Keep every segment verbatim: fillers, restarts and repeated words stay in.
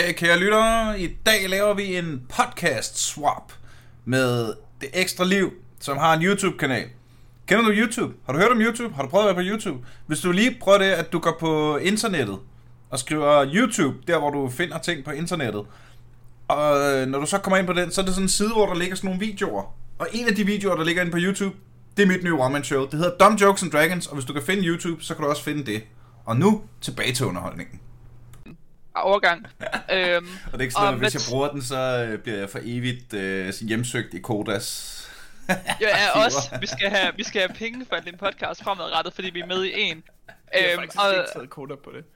Goddag kære lyttere. I dag laver vi en podcast swap med Det Ekstra Liv, som har en YouTube-kanal. Kender du YouTube? Har du hørt om YouTube? Har du prøvet at være på YouTube? Hvis du lige prøver det, at du går på internettet og skriver YouTube, der hvor du finder ting på internettet. Og når du så kommer ind på den, så er det sådan en side, hvor der ligger sådan nogle videoer. Og en af de videoer, der ligger inde på YouTube, det er mit nye one-man-show. Det hedder Dumb Jokes and Dragons, og hvis du kan finde YouTube, så kan du også finde det. Og nu tilbage til underholdningen. Overgang. øhm, og det er ikke sådan, at hvis jeg bruger den, så bliver jeg for evigt øh, hjemsøgt i Kodas. Ja, også. Vi skal have, vi skal have penge for din podcast fremadrettet, fordi vi er med i en. Vi har faktisk og... ikke taget koder på det.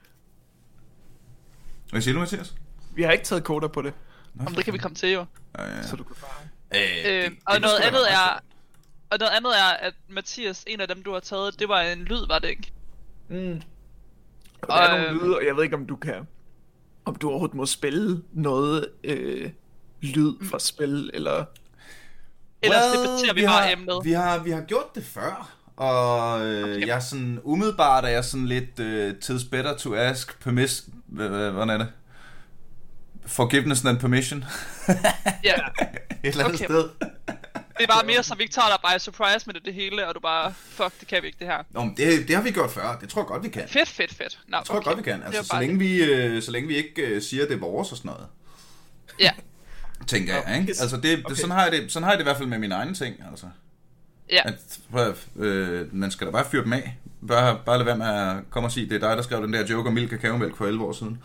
Hvad siger du, Mathias? Vi har ikke taget koder på det. Om det kan vi komme til, jo. Ja, ja. Så du kan bare... Øh, øhm, og noget andet er... Og noget andet er, at Mathias, en af dem, du har taget, det var en lyd, var det ikke? Mm. Og der og, er nogle lyde, og jeg ved ikke, om du kan... Om du overhovedet må spille noget øh, lyd fra spil, eller... Ellers well, debatterer vi, vi bare har, emnet. Vi har, vi har gjort det før, og øh, okay. jeg er sådan... Umiddelbart er jeg sådan lidt... Øh, tis better to ask permis... Hvordan er det? Forgiveness than permission. Ja. Et eller andet okay. sted. Det er bare mere som vi ikke tager dig bare surprise med det, det hele, og du bare, fuck, det kan vi ikke det her. Nå, men det, det har vi gjort før, det tror jeg godt vi kan. Fedt, fedt, fedt. Nå, det tror okay. jeg godt vi kan, altså så længe vi, øh, så længe vi ikke øh, siger, det er vores og sådan noget. Ja. Tænker jeg, ikke? Altså det, okay. det, sådan, har jeg det, sådan har jeg det i hvert fald med mine egne ting, altså. Ja. At, prøv, øh, man skal da bare fyre dem af. Bare, bare lade være med at komme og sige, det er dig, der skrev den der joke om mild kakaomælk for elleve år siden.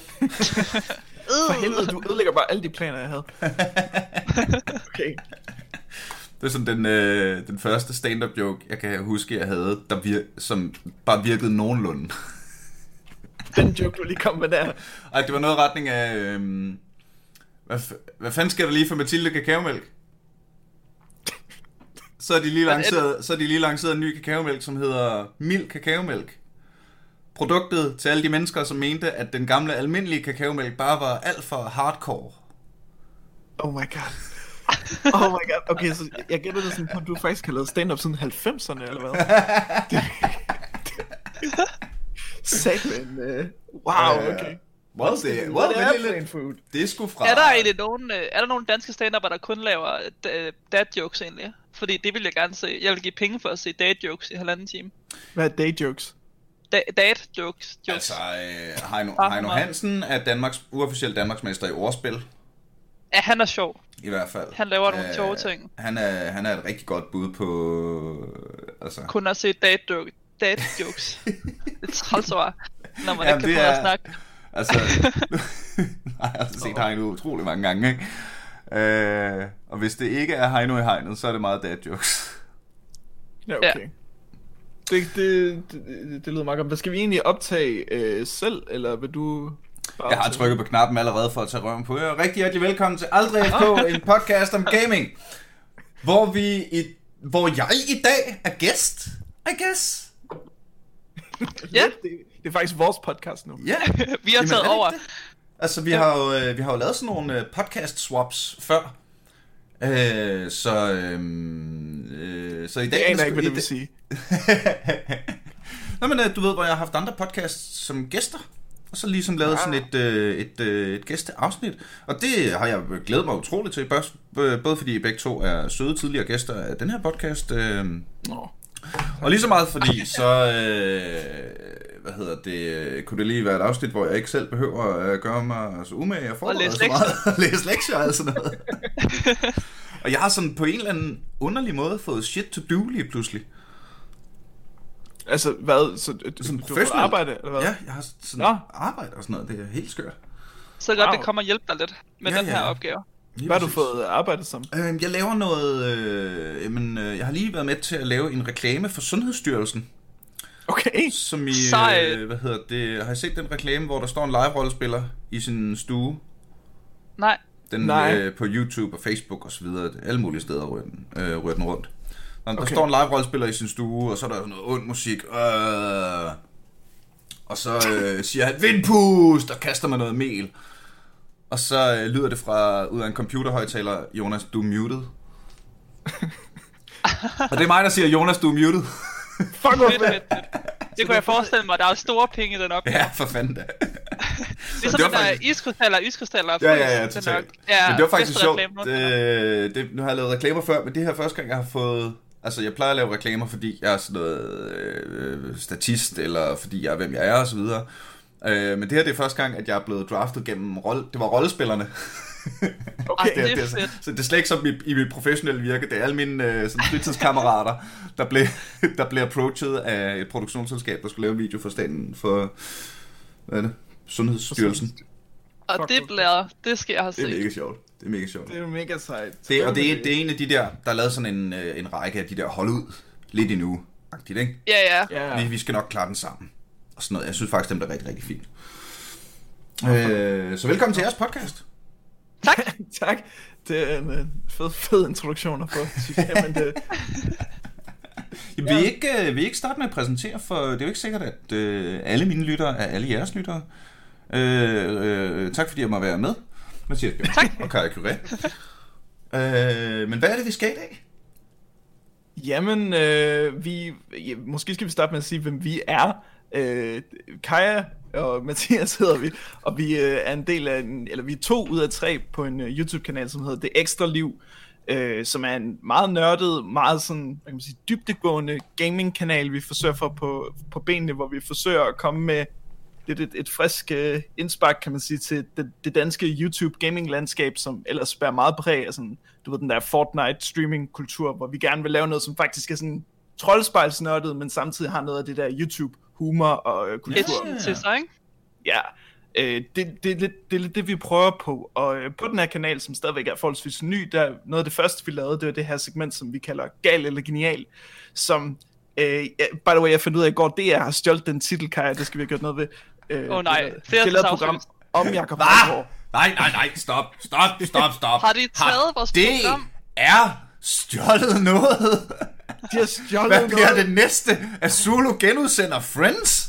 For helvede, du ødelægger bare alle de planer, jeg havde. Okay. Det er sådan den, øh, den første stand-up joke, jeg kan huske, jeg havde, der vir- som bare virkede nogenlunde. Den joke, du lige kom med der. Ej, det var noget i retning af, øh, hvad, f- hvad fanden sker der lige for Mathilde kakaomælk? Så er de lige lanceret, så er de lige lanceret en ny kakaomælk, som hedder mild kakaomælk. Produktet til alle de mennesker, som mente, at den gamle almindelige kakaomælk bare var alt for hardcore. Oh my god. Oh my god. Okay, så jeg gætter det sådan på, at du faktisk har lavet stand-up siden halvfemserne, eller hvad? Satan. Uh, wow, okay. Well, det, well, det, er lidt, food. Det er sgu fra... Er der egentlig nogen, er der nogen danske stand-upper, der kun laver dad jokes egentlig? Fordi det vil jeg gerne se. Jeg vil give penge for at se dad jokes i halvanden time. Hvad er dad jokes? Da- dad jokes, jokes. Altså, øh, Heino, Heino Hansen er Danmarks, uofficiel Danmarksmester i ordspil. Ja, han er sjov. I hvert fald. Han laver nogle sjove ting. Han er, han er et rigtig godt bud på... Altså... Kun at se dad, joke, dad jokes. Det er trælsvar, når man Jamen, ikke kan få er... at snakke. Altså... Nej, jeg har set Heino utrolig mange gange, ikke? Øh, og hvis det ikke er Heino i hegnet, så er det meget dad jokes. Ja, okay. Ja. Det, det, det, det lyder meget godt. Hvad skal vi egentlig optage øh, selv, eller vil du... Jeg har trykket på knappen allerede for at tage røven på. Rigtig hjertelig velkommen til Aldrig F K, en podcast om gaming. Hvor vi i, hvor jeg i dag er gæst, I guess. Ja. det, det er faktisk vores podcast nu. Ja, vi har taget over. Det? Altså vi ja. har jo vi har jo lavet sådan nogle podcast swaps før. Øh, så øh, så i dag jeg aner ikke, hvad det vil sige. Nå, men du ved, hvor jeg har haft andre podcasts som gæster. Og så ligesom lavet ja. sådan et, øh, et, øh, et gæsteafsnit. Og det har jeg glædet mig utroligt til. Både fordi I begge to er søde tidligere gæster af den her podcast. Øh. Nå. Og lige så meget fordi, så øh, hvad hedder det, kunne det lige være et afsnit, hvor jeg ikke selv behøver at gøre mig så umage og forberede så meget. Læse lektier og sådan noget. Og jeg har sådan på en eller anden underlig måde fået shit to do lige pludselig. Altså, hvad? Så du, sådan du har arbejde, eller hvad? Ja, jeg har sådan ja. arbejde og sådan noget. Det er helt skørt. Så godt, wow. Det kommer og hjælpe dig lidt med ja, den her ja. opgave. Lige hvad har du fået arbejde som? Øh, jeg laver noget... Øh, jamen, øh, jeg har lige været med til at lave en reklame for Sundhedsstyrelsen. Okay. Som i... Øh, hvad hedder det? Har I set den reklame, hvor der står en live-rollespiller i sin stue? Nej. Den Nej. Øh, på YouTube og Facebook og så videre. Alle mulige steder rører den, øh, rører den rundt. Der, der okay. står en live-rollespiller i sin stue, og så er der noget ond musik. Øh, og så øh, siger han, vindpust, og kaster med noget mel. Og så øh, lyder det fra ud af en computerhøjtaler, Jonas, du er muted. Og det er mig, der siger, Jonas, du er muted. Fuck, hvor fedt, fedt, fedt. Det kunne jeg forestille mig, der er store penge i den opgave. Ja, for fanden da. Det er sådan, der faktisk... iskrystaller, iskrystaller. Ja, ja, ja, totalt. Ja, men det var faktisk sjovt. Det, det, nu har jeg lavet reklamer før, men det her første gang, jeg har fået... Altså, jeg plejer at lave reklamer, fordi jeg er sådan noget øh, statist, eller fordi jeg er, hvem jeg er, og så videre. Øh, men det her det er første gang, at jeg er blevet draftet gennem rolle... Det var rollespillerne. Okay, det, det, er, det er fedt. Så, så det er slet ikke som i, i mit professionelle virke. Det er alle mine øh, sådan, fritidskammerater, der blev, der blev approached af et produktionsselskab, der skulle lave en video for staten for... Hvad er det? Sundhedsstyrelsen. Og det bliver... Det skal jeg have set. Det er mega sjovt. Det er mega sjovt. Det er mega sejt. Det, og det er, det er en af de der, der er lavet sådan en, en række af de der hold ud lidt endnu-agtigt, ikke? Ja, ja. Vi, vi skal nok klare den sammen. Og sådan noget. Jeg synes faktisk, dem er rigtig, rigtig fint. Øh, så velkommen til jeres podcast. Tak. Tak. Det er en fed, fed introduktion at få. Jamen, det... Jeg vil, ikke, uh, vil ikke starte med at præsentere, for det er jo ikke sikkert, at uh, alle mine lyttere er alle jeres lyttere. Uh, uh, tak fordi jeg må være med. Mathias Bjørn. Tak. Og Kaja Curé. Uh, men hvad er det, vi skal i dag? Jamen, øh, vi, ja, måske skal vi starte med at sige, hvem vi er. Øh, Kaja og Mathias hedder vi, og vi øh, er en del af en, eller vi er to ud af tre på en uh, YouTube-kanal, som hedder Det Ekstra Liv, øh, som er en meget nørdet, meget sådan, hvad kan man sige, dybdegående gaming-kanal, vi forsøger for på, på benene, hvor vi forsøger at komme med lidt et, et frisk uh, indspark, kan man sige, til det, det danske YouTube-gaming-landskab, som ellers bærer meget præg af sådan, du ved, den der Fortnite-streaming-kultur, hvor vi gerne vil lave noget, som faktisk er sådan troldspejlsnørdet, men samtidig har noget af det der YouTube-humor og uh, kultur. Ja. Til sig, ikke? Ja, øh, det, det, er lidt, det er lidt det, vi prøver på. Og øh, på den her kanal, som stadigvæk er forholdsvis ny, der noget af det første, vi lavede, det var det her segment, som vi kalder Gal eller Genial, som, øh, by the way, jeg fandt ud af i går, det er har stjålet den titel, Kaja, det skal vi have gjort noget ved. Åh øh, oh, nej, det, det er et program om Jakob Hva? Nej, nej, nej, stop, stop, stop, stop. Har de taget har vores program? Det er stjålet noget. De har stjålet Hvad bliver noget. det næste? At Zulu genudsender Friends?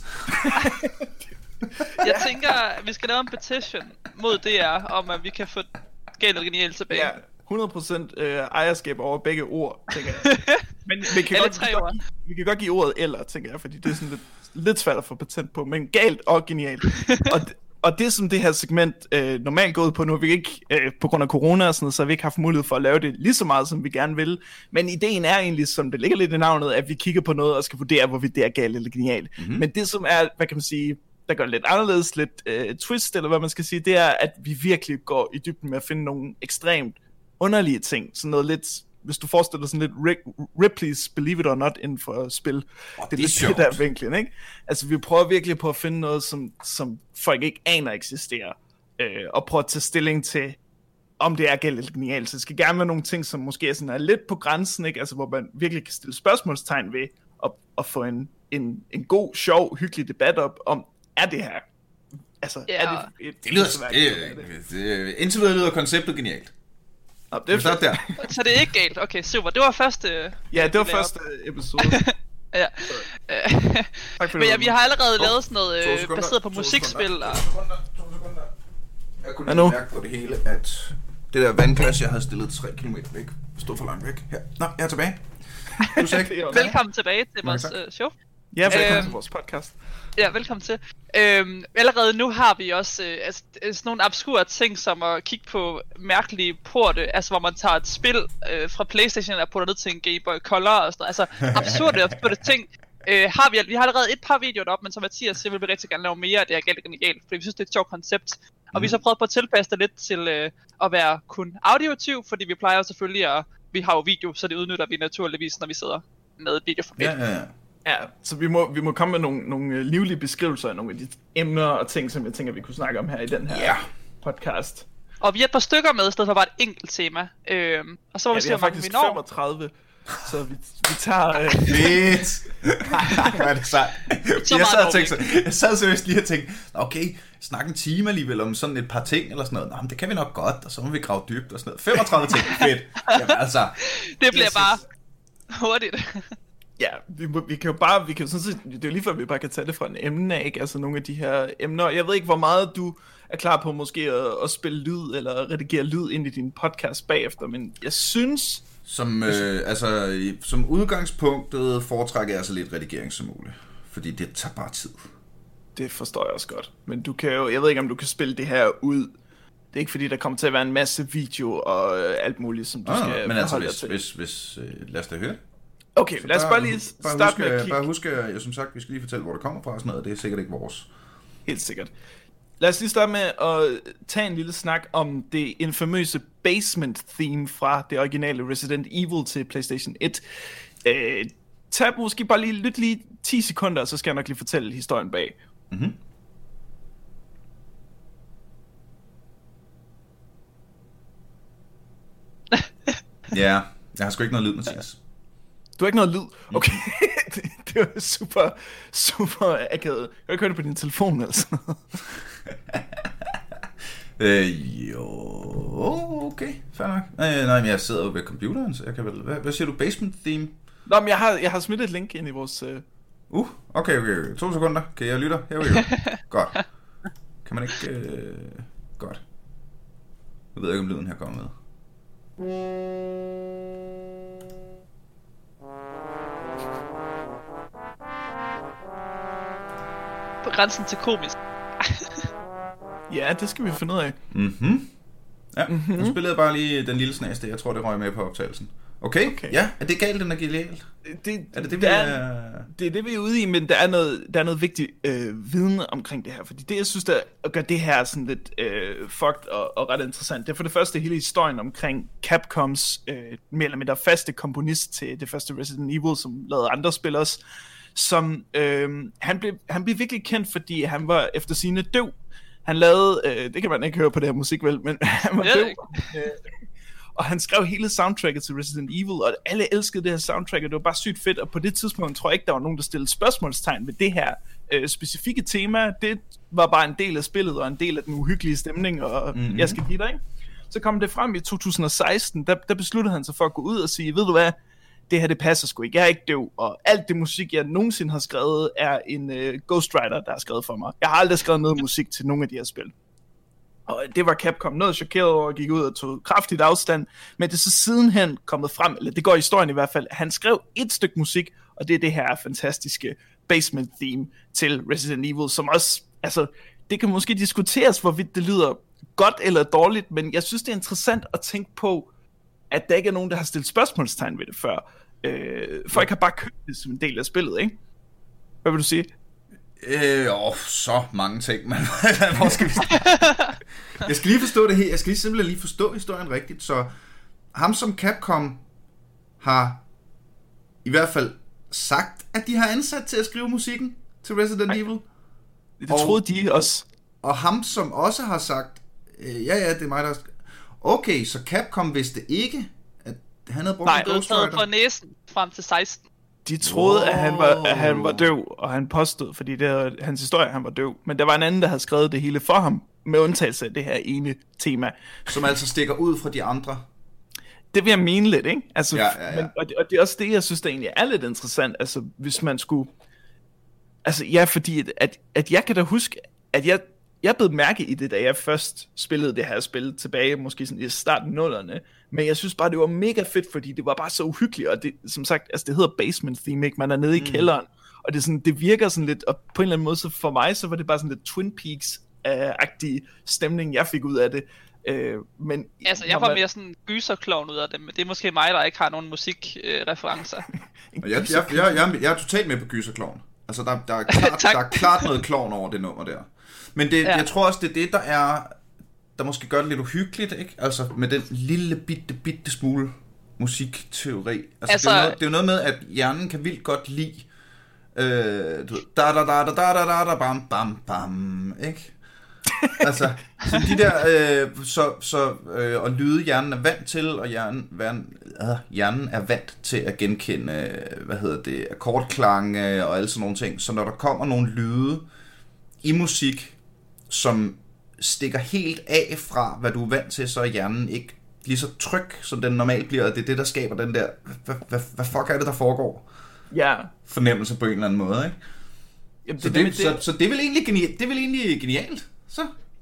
Jeg tænker, at vi skal lave en petition mod D R, om at vi kan få Gal eller Genial tilbage. Ja, hundrede procent øh, ejerskab over begge ord, tænker jeg. Men vi kan, godt, vi, kan godt give, vi kan godt give ordet eller, tænker jeg, fordi det er sådan lidt, lidt svært at få patent på, men galt og genialt. og, og det som det her segment øh, normalt går ud på, nu har vi ikke, øh, på grund af corona og sådan noget, så har vi ikke haft mulighed for at lave det lige så meget, som vi gerne vil. Men ideen er egentlig, som det ligger lidt i navnet, at vi kigger på noget og skal vurdere, hvorvidt det er galt eller genialt. Mm-hmm. Men det som er, hvad kan man sige, der gør det lidt anderledes, lidt øh, twist, eller hvad man skal sige, det er, at vi virkelig går i dybden med at finde nogle ekstremt underlige ting. Sådan noget lidt, hvis du forestiller dig sådan lidt Rick, Ripley's Believe It or Not inden for spil. Oh, det er lidt det der vinklen, ikke? Altså vi prøver virkelig på at finde noget, som, som folk ikke aner eksisterer. Øh, og prøve at tage stilling til, om det er galt eller genialt. Så det skal gerne være nogle ting, som måske er, sådan, er lidt på grænsen, ikke? Altså hvor man virkelig kan stille spørgsmålstegn ved, at, at få en, en, en god, sjov, hyggelig debat op om, er det her? Altså, ja, er det... Et, det lyder... Det, det, det, indtil videre lyder konceptet genialt. Nå, det er der. Så det er ikke galt. Okay, super. Det var første... Ja, det var første episode. Ja. Men ja, vi har allerede lavet sådan noget øh, baseret på musikspil. Og... To sekunder, to sekunder. Jeg kunne lige mærke på det hele, at det der vandglas, jeg havde stillet tre kilometer væk, stod for langt væk. Her. Nå, jeg er tilbage. Du sagde, velkommen tilbage til vores øh, show. Ja, velkommen øhm, til vores podcast. Ja, velkommen til. Øhm, allerede nu har vi også øh, altså, sådan nogle obskure ting, som at kigge på mærkelige porte, altså hvor man tager et spil øh, fra PlayStation og putter ned til en Game Boy Color og sådan noget. Altså absurde, absurde ting. Øh, har vi, vi har allerede et par videoer op, men som Mathias siger, vil vi rigtig gerne lave mere af det her galt og genialt, fordi vi synes, det er et sjovt koncept. Og mm. vi har så prøvet på at tilpasse det lidt til øh, at være kun audiotiv, fordi vi plejer selvfølgelig at, vi har jo video, så det udnytter vi naturligvis, når vi sidder med videoformat. Ja, ja, ja. Ja, så vi må, vi må komme med nogle, nogle livlige beskrivelser af nogle af de emner og ting, som jeg tænker, vi kunne snakke om her i den her yeah. podcast. Og vi er et par stykker med, i stedet for bare et enkelt tema. Øhm, og så må ja, vi se, hvor mange vi når. femogtredive, så vi, vi tager... Øh... Fedt! Hvad er det sejt? Jeg sad og tænkte, jeg sad seriøst lige og tænkte, okay, snak en time alligevel om sådan et par ting eller sådan noget. Nå, men det kan vi nok godt, og så må vi grave dybt og sådan noget. femogtredive ting, fedt! Jamen altså... Det bliver bare hurtigt. Ja, vi, vi kan jo bare, vi kan jo sådan set, det er jo lige før, vi bare kan tage det fra en emne, ikke? Altså nogle af de her emner. Jeg ved ikke, hvor meget du er klar på måske at, at spille lyd, eller redigere lyd ind i din podcast bagefter, men jeg synes... Som, øh, altså, som udgangspunktet foretrækker jeg altså lidt redigering som muligt, fordi det tager bare tid. Det forstår jeg også godt. Men du kan jo, jeg ved ikke, om du kan spille det her ud. Det er ikke fordi, der kommer til at være en masse video og øh, alt muligt, som du ah, skal men altså, forholde hvis, til. hvis, hvis, øh, lad os da høre det. Okay, lad os bare, bare lige bare starte huske, med at kigge. Bare huske, jeg, som sagt, vi skal lige fortælle, hvor det kommer fra og sådan noget, det er sikkert ikke vores. Helt sikkert. Lad os lige starte med at tage en lille snak om det infamøse basement theme fra det originale Resident Evil til PlayStation et. Øh, tag måske bare lige, lyt lige ti sekunder, så skal jeg nok lige fortælle historien bag. Mhm. Ja, jeg har sgu ikke noget lyd, Mathias. Du har ikke noget lyd? Okay, det, det var super, super akavet. Kan du ikke høre det på din telefon, altså? øh, jo, okay, fair nok. Nej, nej, men jeg sidder jo ved computeren, så jeg kan vel... Hvad, hvad siger du, basement theme? Nå, men jeg har, jeg har smidt et link ind i vores... Uh... Uh, okay, okay, okay. To sekunder. Kan jeg lytte? Her vi go. Godt. Kan man ikke... Øh... Godt. Jeg ved ikke, om lyden her kommer med. På grænsen til komisk. Ja, det skal vi finde ud af. Mhm. Ja, mm-hmm. Nu spillede jeg bare lige den lille snas der. Jeg tror, det røg med på optagelsen. Okay, okay. Ja, er det galt, den er genialt? Det, er det det, vi det, er, er... det er det, vi er ude i, men der er noget, der er noget vigtigt øh, viden omkring det her. Fordi det, jeg synes, der gør det her sådan lidt øh, fucked og, og ret interessant, det er for det første hele historien omkring Capcoms øh, mere eller mindre faste komponist til det første Resident Evil, som lavede andre spil også, som øh, han, blev, han blev virkelig kendt, fordi han var efter sine døv. Han lavede, øh, det kan man ikke høre på det her musik, vel, men han var døv. Øh, og han skrev hele soundtracket til Resident Evil, og alle elskede det her soundtrack, og det var bare sygt fedt, og på det tidspunkt tror jeg ikke, der var nogen, der stillede spørgsmålstegn ved det her øh, specifikke tema. Det var bare en del af spillet, og en del af den uhyggelige stemning, og mm-hmm. jeg skal give dig, ikke? Så kom det frem i to tusind og seksten, der, der besluttede han sig for at gå ud og sige, ved du hvad, det her det passer sgu ikke, jeg er ikke døv, og alt det musik, jeg nogensinde har skrevet, er en øh, ghostwriter, der har skrevet for mig. Jeg har aldrig skrevet noget musik til nogen af de her spil. Og det var Capcom noget chokeret over, og gik ud og tog kraftigt afstand, men det er så sidenhen kommet frem, eller det går i historien i hvert fald, han skrev et stykke musik, og det er det her fantastiske basement theme til Resident Evil, som også, altså, det kan måske diskuteres, hvorvidt det lyder godt eller dårligt, men jeg synes, det er interessant at tænke på, at der ikke er nogen, der har stillet spørgsmålstegn ved det før. Øh, folk har bare købt det som en del af spillet, ikke? Hvad vil du sige? Øh, åh, så mange ting, men hvor skal vi... Jeg skal lige forstå det her, jeg skal lige simpelthen lige forstå historien rigtigt, så ham som Capcom har i hvert fald sagt, at de har ansat til at skrive musikken til Resident Ej. Evil. Det og, troede de også. Og ham som også har sagt, øh, ja ja, det er mig, der... Okay, så Capcom vidste ikke, at han havde brugt Nej, en ghostwriter. Nej, det var taget for næsen frem til seksten. De troede, wow. at, han var, at han var døv, og han påstod, fordi det var hans historie, han var døv. Men der var en anden, der havde skrevet det hele for ham, med undtagelse af det her ene tema. Som altså stikker ud fra de andre. Det vil jeg mene lidt, ikke? Altså, ja, ja, ja. Men, og, det, og det er også det, jeg synes, der egentlig er lidt interessant. Altså, hvis man skulle... Altså, ja, fordi at, at, at jeg kan da huske, at jeg... Jeg blev mærke i det, da jeg først spillede det her spil tilbage, måske sådan i starten af nullerne. Men jeg synes bare, det var mega fedt, fordi det var bare så uhyggeligt. Og det, som sagt, altså det hedder basement theme, ikke? Man er nede i kælderen. Og det, er sådan, det virker sådan lidt, og på en eller anden måde, så for mig, så var det bare sådan lidt Twin Peaks-agtig stemning, jeg fik ud af det. Øh, men altså, jeg var man... mere sådan gyserklovn ud af det, men det er måske mig, der ikke har nogen musikreferencer. Øh, jeg, jeg, jeg, jeg, jeg er totalt med på gyserklovn. Altså, der, der, er klart, der er klart noget klovn over det nummer der. Men det, ja. Jeg tror også, det er det, der er, der måske gør det lidt uhyggeligt, ikke? Altså med den lille bitte, bitte smule musikteori. Altså, altså... Det, er noget, det er jo noget med, at hjernen kan vildt godt lide, øh, du ved, da da da da da da da da bam bam bam, ikke? Altså, så de der, øh, så, så øh, og lyde hjernen er vant til, og hjernen, hjernen, øh, hjernen er vant til at genkende, øh, hvad hedder det, akkordklange og alle sådan nogle ting. Så når der kommer nogle lyde i musik, som stikker helt af fra, hvad du er vant til, så er hjernen ikke lige så tryg, som den normalt bliver, og det er det, der skaber den der, hvad, hvad, hvad fuck er det, der foregår? Ja. Fornemmelse på en eller anden måde, ikke? Jamen, det, så, det, det, så, så det er vel egentlig genialt, det er vel egentlig genialt, så?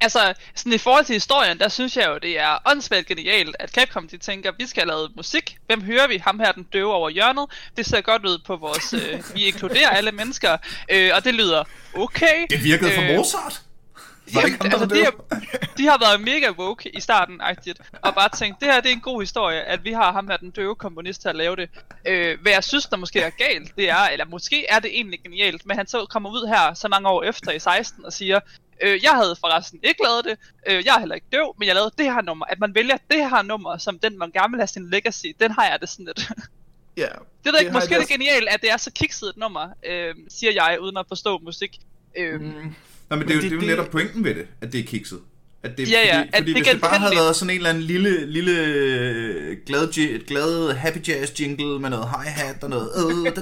Altså, sådan i forhold til historien, der synes jeg jo, det er åndssvagt genialt, at Capcom de tænker, vi skal have lavet musik. Hvem hører vi? Ham her, den døve over hjørnet. Det ser godt ud på vores... Øh, vi inkluderer alle mennesker, øh, og det lyder okay. Det virkede for øh, Mozart. Jamen, altså, de, har, de har været mega woke i starten-agtigt, og bare tænkt, det her det er en god historie, at vi har ham her, den døve komponist, til at lave det. Øh, hvad jeg synes, der måske er galt, det er, eller måske er det egentlig genialt, men han så kommer ud her så mange år efter i seksten og siger, øh, jeg havde forresten ikke lavet det, øh, jeg er heller ikke døv, men jeg lavede det her nummer. At man vælger det her nummer, som den man gerne vil have sin legacy, den har jeg det sådan lidt. Ja. Yeah, det er ikke, måske det er genialt, at det er så kikset et nummer, øh, siger jeg, uden at forstå musik. Øh, mm. Nå, men det er jo, det, det er jo netop pointen ved det, at det er kikset. At det, ja, ja, fordi, at fordi det hvis det bare havde været sådan en eller anden lille, lille glad, et glad happy jazz jingle med noget hi-hat og noget...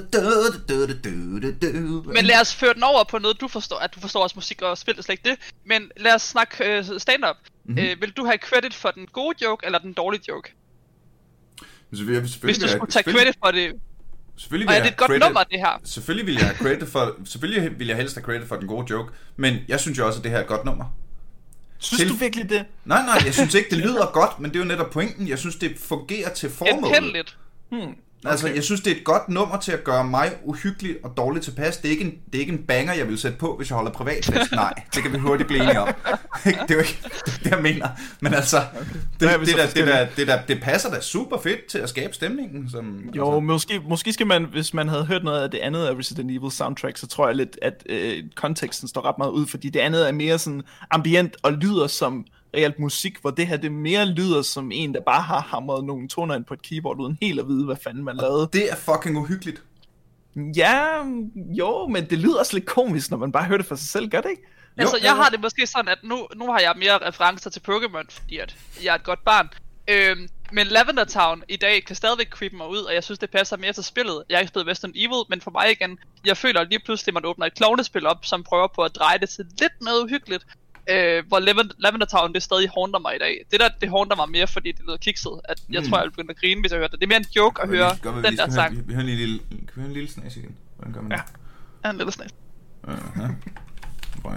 Men lad os føre den over på noget, du forstår, at du forstår også musik og spil, det slet ikke det. Men lad os snakke uh, stand-up. Mm-hmm. Uh, vil du have credit for den gode joke eller den dårlige joke? Hvis du skulle tage credit for det... Selvfølgelig og er det et godt credit, nummer, det her? Selvfølgelig vil jeg have credit for, selvfølgelig vil jeg helst have credit for den gode joke, men jeg synes jo også, at det her er et godt nummer. Synes til... du virkelig det? Nej, nej, jeg synes ikke, det lyder godt, men det er jo netop pointen. Jeg synes, det fungerer til formålet. Genkendeligt. Hmm. Okay. Altså, jeg synes, det er et godt nummer til at gøre mig uhyggelig og dårligt tilpas. Det er ikke en, det er ikke en banger, jeg vil sætte på, hvis jeg holder privatfest. Nej, det kan vi hurtigt blive enige om. Det er jo ikke det, jeg mener. Men altså, okay. det, det, det, der, det, der, det, der, det passer da super fedt til at skabe stemningen. Som, jo, altså. måske, måske skal man, hvis man havde hørt noget af det andet af Resident Evil soundtrack, så tror jeg lidt, at øh, konteksten står ret meget ud, fordi det andet er mere sådan ambient og lyder som reelt musik, hvor det her det mere lyder som en, der bare har hamret nogle toner ind på et keyboard, uden helt at vide, hvad fanden man lavede. Det er fucking uhyggeligt. Ja, jo, men det lyder også lidt komisk, når man bare hører det for sig selv, gør det ikke? Altså, jo, jeg jo. har det måske sådan, at nu, nu har jeg mere referencer til Pokémon, fordi at jeg er et godt barn. Øhm, men Lavender Town i dag kan stadigvæk creepe mig ud, og jeg synes, det passer mere til spillet. Jeg har ikke spillet Resident Evil, men for mig igen, jeg føler lige pludselig, at man åbner et klovnespil op, som prøver på at dreje det til lidt noget uhyggeligt. Øh, hvor Lavender Town det stadig haunter mig i dag. Det der, det haunter mig mere, fordi det lyder kikset. At jeg mm. tror, jeg vil begynde at grine, hvis jeg hører det. Det er mere en joke at høre gør, den der sang. Høre, vi hører en lille, kan vi høre en lille snas igen? Hvordan gør man det? Ja, ja en lille snas. Uh-huh. Ja.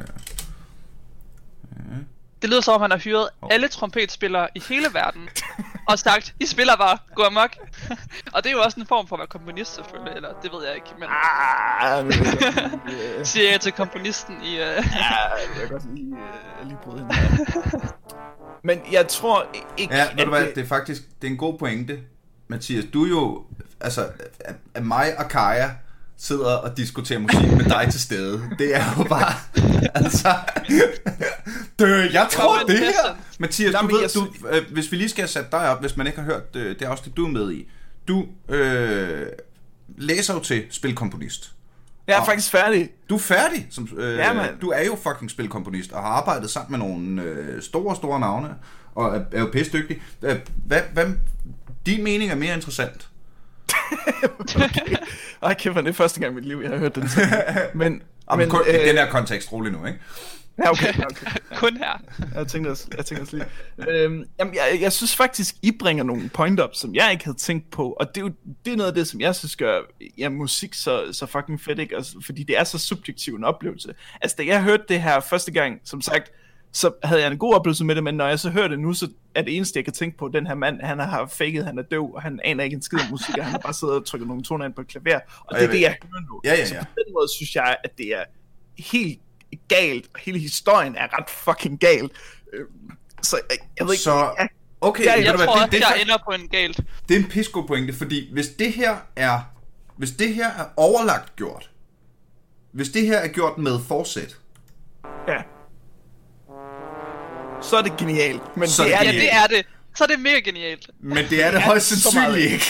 Det lyder som om, han har hyret oh. alle trompetspillere i hele verden og sagt, I spiller bare, gå amok. Og det er jo også en form for at være komponist selvfølgelig, eller det ved jeg ikke, men... Ah, siger jeg til komponisten i... Uh... ja, jeg kan godt lige, uh, lige bryde hende. Men jeg tror ikke... Ja, ved du hvad, det er faktisk det er en god pointe, Mathias. Du er jo... Altså, at mig og Kaja sidder og diskuterer musik med dig til stede. Det er jo bare... altså... Dø, jeg tror det her... Mathias, du ved, du, øh, hvis vi lige skal sætte dig op, hvis man ikke har hørt øh, det afsnit, du er med i. Du øh, læser jo til spilkomponist. Jeg er og faktisk færdig. Du er færdig. Som, øh, ja, man. Du er jo fucking spilkomponist, og har arbejdet sammen med nogle øh, store, store navne, og er, er jo pissedygtig. Hvad, hvad, din mening er mere interessant? Okay. Ej, kæft, det er første gang i mit liv, jeg har hørt den. Men, men kun, øh, den her kontekst, rolig nu, ikke? Ja, okay. okay. Kun her. Jeg tænkte også, jeg tænkte også lige. Øhm, jamen, jeg, jeg synes faktisk, I bringer nogle point up, som jeg ikke havde tænkt på, og det er jo det er noget af det, som jeg synes gør ja, musik så, så fucking fedt, ikke? Altså, fordi det er så subjektiv en oplevelse. Altså, da jeg hørte det her første gang, som sagt, så havde jeg en god oplevelse med det, men når jeg så hører det nu, så er det eneste, jeg kan tænke på, den her mand, han har faked, han er døv, og han aner ikke en skid af musik, og han har bare siddet og trykket nogle toner ind på et klaver, og det er det, jeg hører nu. Ja, ja, ja. Så på den måde synes jeg, at det er helt galt, og hele historien er ret fucking gal. Så jeg, jeg ved ikke... Så, okay, jeg, jeg tror også, det, det, jeg ender på en galt. Det er en pissegod pointe, fordi hvis det her er, hvis det her er overlagt gjort, hvis det her er gjort med forsæt, ja, så er det genialt. Men så det er ja, det er det. Så er det mega genialt. Men det er det højst sandsynligt ikke.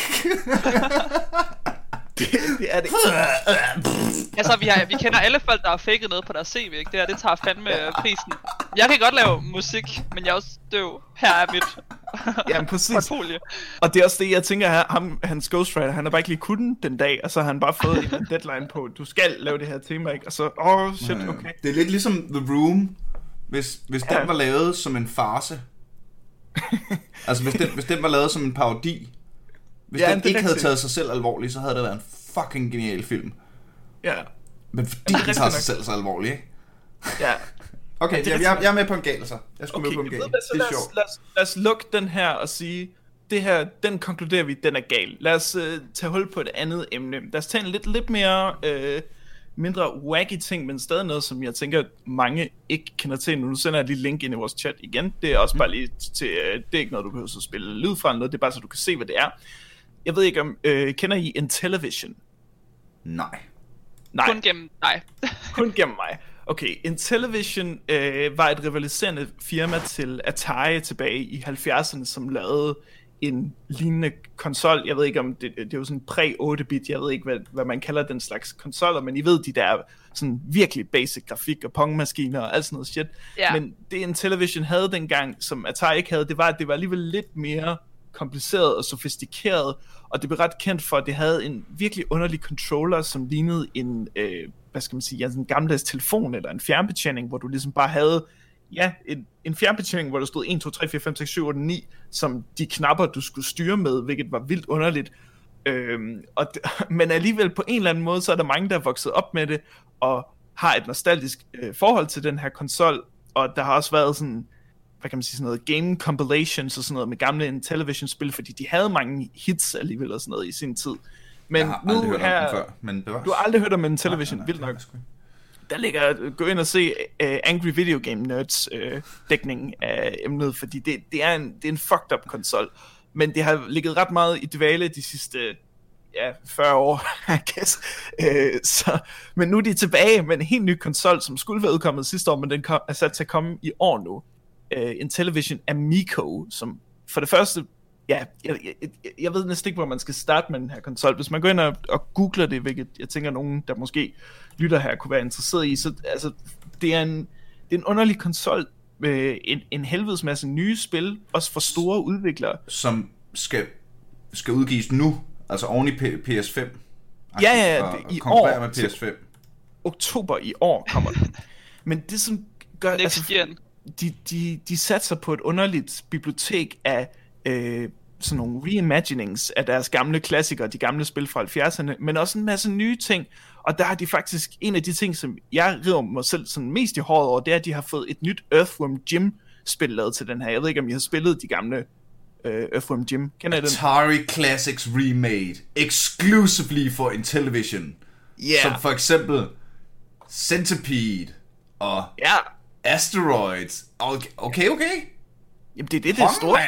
det, det er det. Altså, vi, har, vi kender alle folk, der har faked noget på deres C V, ikke? Det her, det tager fandme prisen. Jeg kan godt lave musik, men jeg er også døv. Her er mit. Jamen, præcis. Portfolio. Og det er også det, jeg tænker her, ham, hans ghostwriter, han har bare ikke lige kunnet den dag, og så har han bare fået en deadline på, du skal lave det her tema, ikke? Og så, åh, oh, shit, okay. Det er lidt ligesom The Room, hvis, hvis ja. den var lavet som en farce. Altså, hvis den, hvis den var lavet som en parodi. Hvis ja, den ikke havde taget sig selv alvorligt, så havde det været en fucking genial film. Ja. Men fordi den tager sig selv så alvorligt, ikke? Ja. Okay, jeg, jeg, jeg er med på en gal, så. Jeg skulle okay, med på en gal. Ved, så lad, os, lad, os, lad os lukke den her og sige, det her, den konkluderer vi, den er gal. Lad os uh, tage hul på et andet emne. Lad os tage en lidt, lidt mere, uh, mindre wacky ting, men stadig noget, som jeg tænker, mange ikke kender til nu. Nu sender jeg lige link ind i vores chat igen. Det er også mm. bare lige til, uh, det er ikke noget, du behøver at spille lyd fra noget, det er bare så, du kan se, hvad det er. Jeg ved ikke om, uh, kender I Intellivision? Nej. Nej. Kun gennem dig. Kun gennem mig. Okay, Intellivision øh, var et rivaliserende firma til Atari tilbage i halvfjerdserne, som lavede en lignende konsol. Jeg ved ikke om det, det er jo sådan præ otte bit, jeg ved ikke hvad, hvad man kalder den slags konsoller, men I ved de der sådan virkelig basic grafik og pongmaskiner og alt sådan noget shit. Ja. Men det Intellivision havde dengang, som Atari ikke havde, det var, at det var alligevel lidt mere kompliceret og sofistikeret, og det blev ret kendt for, at det havde en virkelig underlig controller, som lignede en, øh, hvad skal man sige, ja, sådan en gammeldags telefon eller en fjernbetjening, hvor du ligesom bare havde, ja, en, en fjernbetjening, hvor der stod et, to, tre, fire, fem, seks, syv, otte, ni, som de knapper, du skulle styre med, hvilket var vildt underligt. Øhm, og d- men alligevel på en eller anden måde, så er der mange, der er vokset op med det, og har et nostalgisk øh, forhold til den her konsol, og der har også været sådan, hvad kan man sige, sådan noget game compilations og sådan noget med gamle Intellivision-spil, fordi de havde mange hits alligevel og sådan noget i sin tid. Men jeg har nu aldrig hørt her, om den før, men bevares. Du har aldrig hørt om Intellivision, nej, nej, vildt nok. nej, Der ligger, gå ind og se uh, Angry Video Game Nerds uh, dækning af emnet, fordi det, det, er en, det er en fucked up konsol, men det har ligget ret meget i dvale de sidste ja, fyrre år, I guess. Uh, så, men nu er de tilbage med en helt ny konsol, som skulle være udkommet sidste år, men den kom, er sat til at komme i år nu. Uh, Intellivision Amico, som for det første, ja, jeg, jeg, jeg ved næsten ikke, hvor man skal starte med den her konsol. Hvis man går ind og, og googler det, hvilket jeg tænker, nogen, der måske lytter her, kunne være interesseret i, så altså, det er en, det er en underlig konsol med en, en helvedes masse nye spil, også for store udviklere. Som skal, skal udgives nu, altså oven i P- PS5. Ja, ja, ja, og, i og konkurrere år, med P S fem. Oktober i år kommer den. Men det som gør, Next altså, gen. de, de, de satser på et underligt bibliotek af øh, sådan nogle reimaginings af deres gamle klassikere, de gamle spil fra halvfjerdserne, men også en masse nye ting, og der har de faktisk, en af de ting, som jeg river mig selv sådan mest i håret over, det er, at de har fået et nyt Earthworm Jim spil lavet til den her. Jeg ved ikke, om I har spillet de gamle øh, Earthworm Jim. Kender I den? Atari Classics Remade, exclusively for Intellivision. Yeah. Som for eksempel Centipede og Ja. Asteroids. Okay, okay. okay. Jamen det er det, det er store,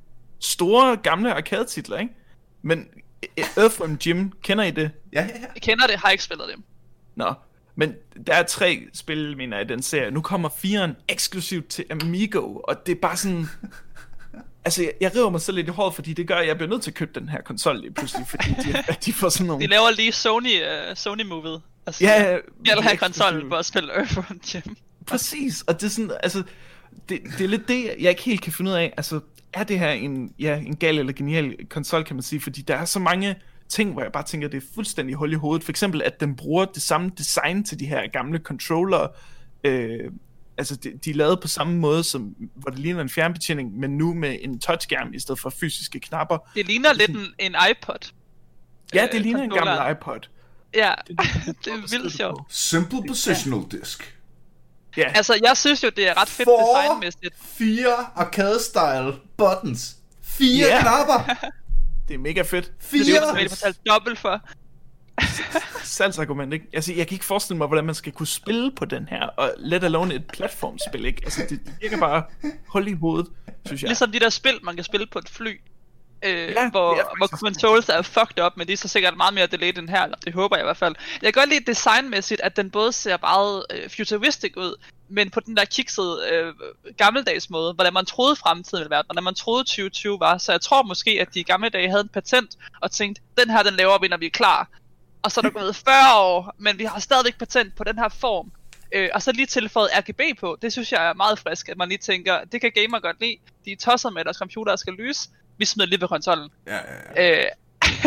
store gamle arcade-titler, ikke? Men Earthworm Jim, kender I det? Ja, ja, ja. Jeg kender det, har ikke spillet det. Nå, men der er tre spil, mener jeg, i den serie. Nu kommer firen eksklusivt til Amigo, og det er bare sådan... Altså, jeg, jeg river mig selv lidt i håret, fordi det gør, at jeg bliver nødt til at købe den her konsol lige pludselig, fordi de, de får sådan nogle... De laver lige Sony, uh, Sony-movet. Altså, Ja, jeg vil have konsollen for at spille Earthworm Jim. Præcis, og det er sådan, altså... Det, det er lidt det, jeg ikke helt kan finde ud af. Altså, er det her en, ja, en gal eller genial konsol, kan man sige, fordi der er så mange ting, hvor jeg bare tænker, det er fuldstændig hul i hovedet. For eksempel, at den bruger det samme design til de her gamle controller. Øh, altså, de, de er lavet på samme måde, som, hvor det ligner en fjernbetjening, men nu med en touchskærm i stedet for fysiske knapper. Det ligner lidt en, en iPod. Ja, det øh, ligner en gammel iPod. Ja, Det, det, det er vildt sjovt. Simple positional disk. Ja, Altså, jeg synes jo, det er ret fedt For designmæssigt. fire arcade-style buttons. Fire Ja. knapper. det er mega fedt. Fire. Det er jo selvfølgelig betalt dobbelt for. Salgsargument, ikke? Altså, jeg kan ikke forestille mig, hvordan man skal kunne spille på den her, og let alone et platformspil, ikke? Altså, det, det virker bare hul i hovedet, synes jeg. Ligesom de der spil, man kan spille på et fly. Øh, Ja, ja, det er hvor, faktisk hvor controls er fucked up, men de er så sikkert meget mere delayed end her, eller det håber jeg i hvert fald. Jeg kan godt lide designmæssigt, at den både ser meget øh, futuristic ud, men på den der kiksede øh, gammeldags måde, hvordan man troede fremtiden ville være, hvordan man troede tyve tyve var. Så jeg tror måske, at de i gamle dage havde en patent, og tænkte, den her den laver vi, når vi er klar. Og så er der gået fyrre år, men vi har stadigvæk patent på den her form. Øh, og så lige tilføjet R G B på, det synes jeg er meget frisk, at man lige tænker, det kan gamer godt lide. De er tosset med, at deres computer skal lyse. Vi smider lige på konsollen. Ja, ja, ja. Øh,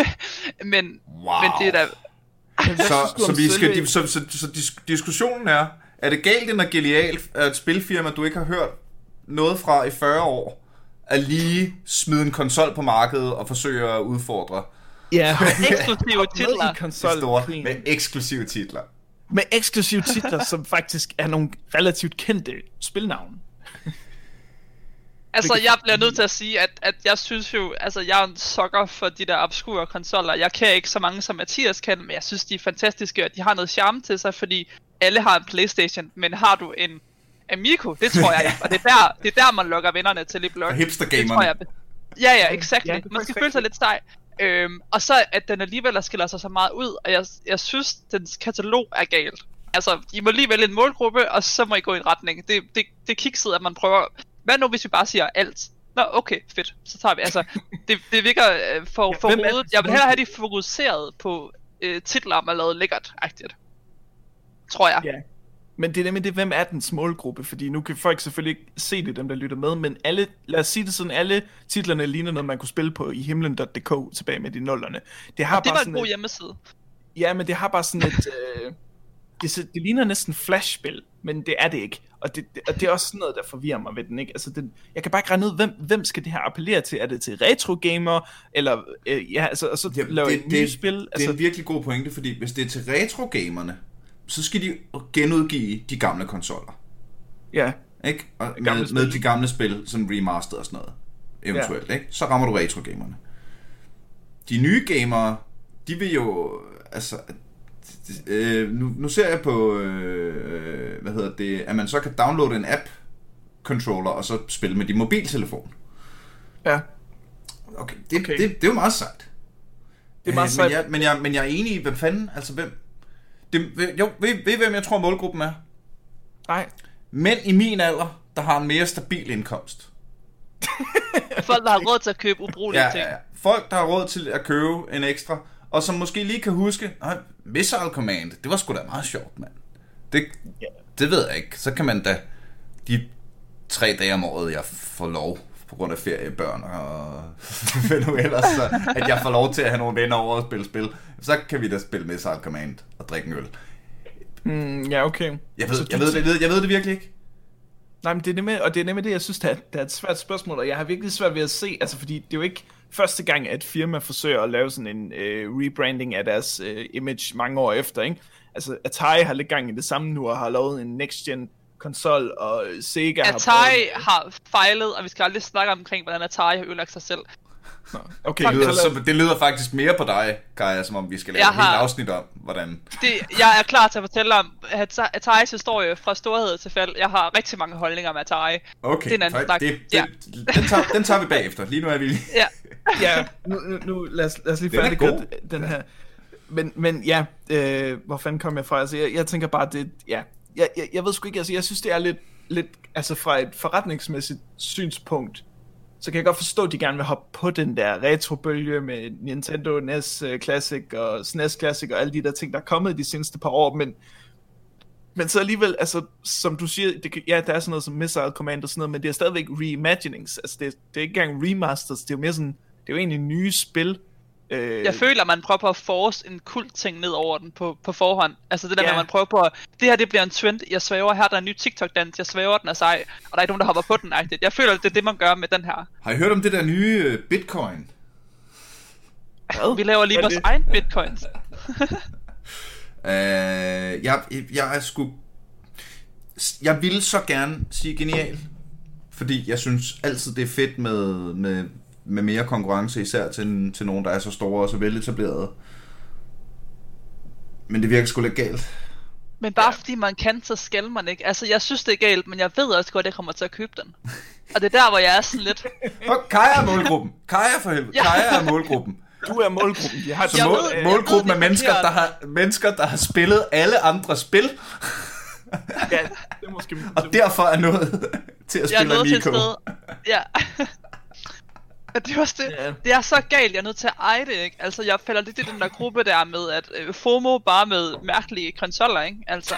men, Wow. men det er da... Så, så, vi skal, så, så, så dis- diskussionen er, er det galt eller genialt, at et spilfirma, du ikke har hørt noget fra i fyrre år, at lige smide en konsol på markedet og forsøge at udfordre Ja, eksklusive titler. konsol store med eksklusive titler? med eksklusive titler, som faktisk er nogle relativt kendte spilnavne. Altså, jeg bliver nødt til at sige, at, at jeg synes jo, altså, jeg er en sokker for de der obskure konsoller. Jeg kan ikke så mange, som Mathias kan, men jeg synes, de er fantastiske, og de har noget charme til sig, fordi alle har en PlayStation, men har du en Amico, det tror jeg ikke, og det er der, det er der man lokker vennerne til lidt blot. Hipster-gamerne. Ja, ja, exakt. Ja, man skal føle sig lidt steg. Øhm, og så, at den alligevel skiller sig så meget ud, og jeg, jeg synes, dens katalog er galt. Altså, I må lige vælge en målgruppe, og så må I gå i en retning. Det, det, det er kikset, at man prøver... Hvad nu, hvis vi bare siger alt? Nå, okay, fedt. Så tager vi, altså... Det, det virker øh, for, ja, for hovedet. Jeg vil hellere have de fokuseret på øh, titler, man lavet lækkert-agtigt. Tror jeg. Ja. Men det er nemlig det, hvem er dens målgruppe? Fordi nu kan folk selvfølgelig ikke se det, dem der lytter med, men alle, lad os sige det sådan, alle titlerne ligner noget, man kunne spille på i himlen punktum d k tilbage med de nullerne. Det har og det bare var en god et, hjemmeside. Ja, men det har bare sådan et... øh, det, det ligner næsten flashspil, men det er det ikke. Og det, det, og det er også sådan noget, der forvirrer mig ved den, ikke? Altså, den, jeg kan bare ikke regne ud, hvem, hvem skal det her appellere til? Er det til retro-gamer? Eller, øh, ja, altså, og så ja, lave et nyt spil? Det altså, er en virkelig god pointe, fordi hvis det er til retro-gamerne, så skal de genudgive de gamle konsoller. Ja. Ikke? Og med, med de gamle spil, som remastered og sådan noget, eventuelt, ja. Ikke? Så rammer du retro-gamerne. De nye gamere, de vil jo, altså, øh, nu, nu ser jeg på, øh, hvad hedder det, at man så kan downloade en app-controller, og så spille med din mobiltelefon. Ja. Okay, det, okay. Det, det, det er jo meget sejt. Det er meget øh, sejt. Men jeg, men, jeg, men jeg er enig i, hvem fanden, altså hvem, det, jo, ved, ved hvem jeg tror målgruppen er? Nej. Mænd i min alder, der har en mere stabil indkomst. Folk, der har råd til at købe ubrugelige ja, ting. Ja, folk, der har råd til at købe en ekstra, og som måske lige kan huske, nej, Missile Command, det var sgu da meget sjovt, mand. Det, det ved jeg ikke. Så kan man da de tre dage om året, jeg får lov, på grund af feriebørn og hvad nu ellers, så, at jeg får lov til at have nogle venner over og spille spil, så kan vi da spille Missile Command og drikke en øl. Mm, ja, okay. Jeg ved, jeg, ved det, jeg, ved, jeg ved det virkelig ikke. Nej, men det er nemlig, og det er nemlig det, jeg synes, der er, der er et svært spørgsmål, og jeg har virkelig svært ved at se, altså fordi det er jo ikke første gang, at et firma forsøger at lave sådan en øh, rebranding af deres øh, image mange år efter, ikke? Altså Atari har lidt gang i det samme nu, og har lavet en next-gen konsol, og Sega har Atari har fejlet, og vi skal aldrig snakke omkring, hvordan Atari har ødelagt sig selv. Okay, det lyder, så, det lyder faktisk mere på dig, Kaja, som om vi skal lave et helt afsnit om, hvordan... Det, jeg er klar til at fortælle om Ataris historie fra storhed til fald. Jeg har rigtig mange holdninger med Atari. Okay, det er en anden snak. Det, det, ja. den, tager, den tager vi bagefter. Lige nu er vi... ja, ja nu, nu, nu lad, os, lad os lige færdiggøre den her. Men, men ja, øh, hvor fanden kom jeg fra? Altså, jeg, jeg tænker bare, det... Ja, jeg, jeg, jeg ved sgu ikke, altså, jeg synes, det er lidt... lidt altså, fra et forretningsmæssigt synspunkt, så kan jeg godt forstå, at de gerne vil hoppe på den der retrobølge med Nintendo N E S Classic og S N E S Classic og alle de der ting, der er kommet de seneste par år, men, men så alligevel, altså, som du siger, det kan, ja, der er sådan noget som Missile Command og sådan noget, men det er stadigvæk reimaginings, altså det, det er ikke engang remasters, det er jo mere sådan, det er jo egentlig nye spil. Øh... Jeg føler, at man prøver på at force en kult ting ned over den på, på forhånd. Altså det der ja. med, at man prøver på at, det her det bliver en trend, jeg svæver her, der er en ny TikTok-dans, jeg svæver, den er sej, og der er ikke nogen, der hopper på den. Jeg føler, at det er det, man gør med den her. Har I hørt om det der nye Bitcoin? Hvad? Vi laver lige vores det? egen Bitcoins. uh, jeg, jeg er sgu... Jeg ville så gerne sige genial, fordi jeg synes altid, det er fedt med... med med mere konkurrence, især til, til nogen, der er så store og så veletablerede. Men det virker sgu lidt galt. Men bare ja. fordi man kan, så skal man ikke. Altså, jeg synes, det er galt, men jeg ved også godt, at jeg kommer til at købe den. Og det er der, hvor jeg er sådan lidt... Og Kaja er målgruppen. Kaja for helvede. Ja. Kaja er målgruppen. Du er målgruppen. De har så mål, ved, målgruppen er mennesker, der har, mennesker, der har spillet alle andre spil. Ja, det er måske... Og derfor er nået til at spille Amico. Ja. Det er, også det. Yeah. Det er så galt, jeg er nødt til at eje det, ikke? Altså, jeg falder lidt i den der gruppe der med, at øh, FOMO bare med mærkelige konsoller, ikke? Altså.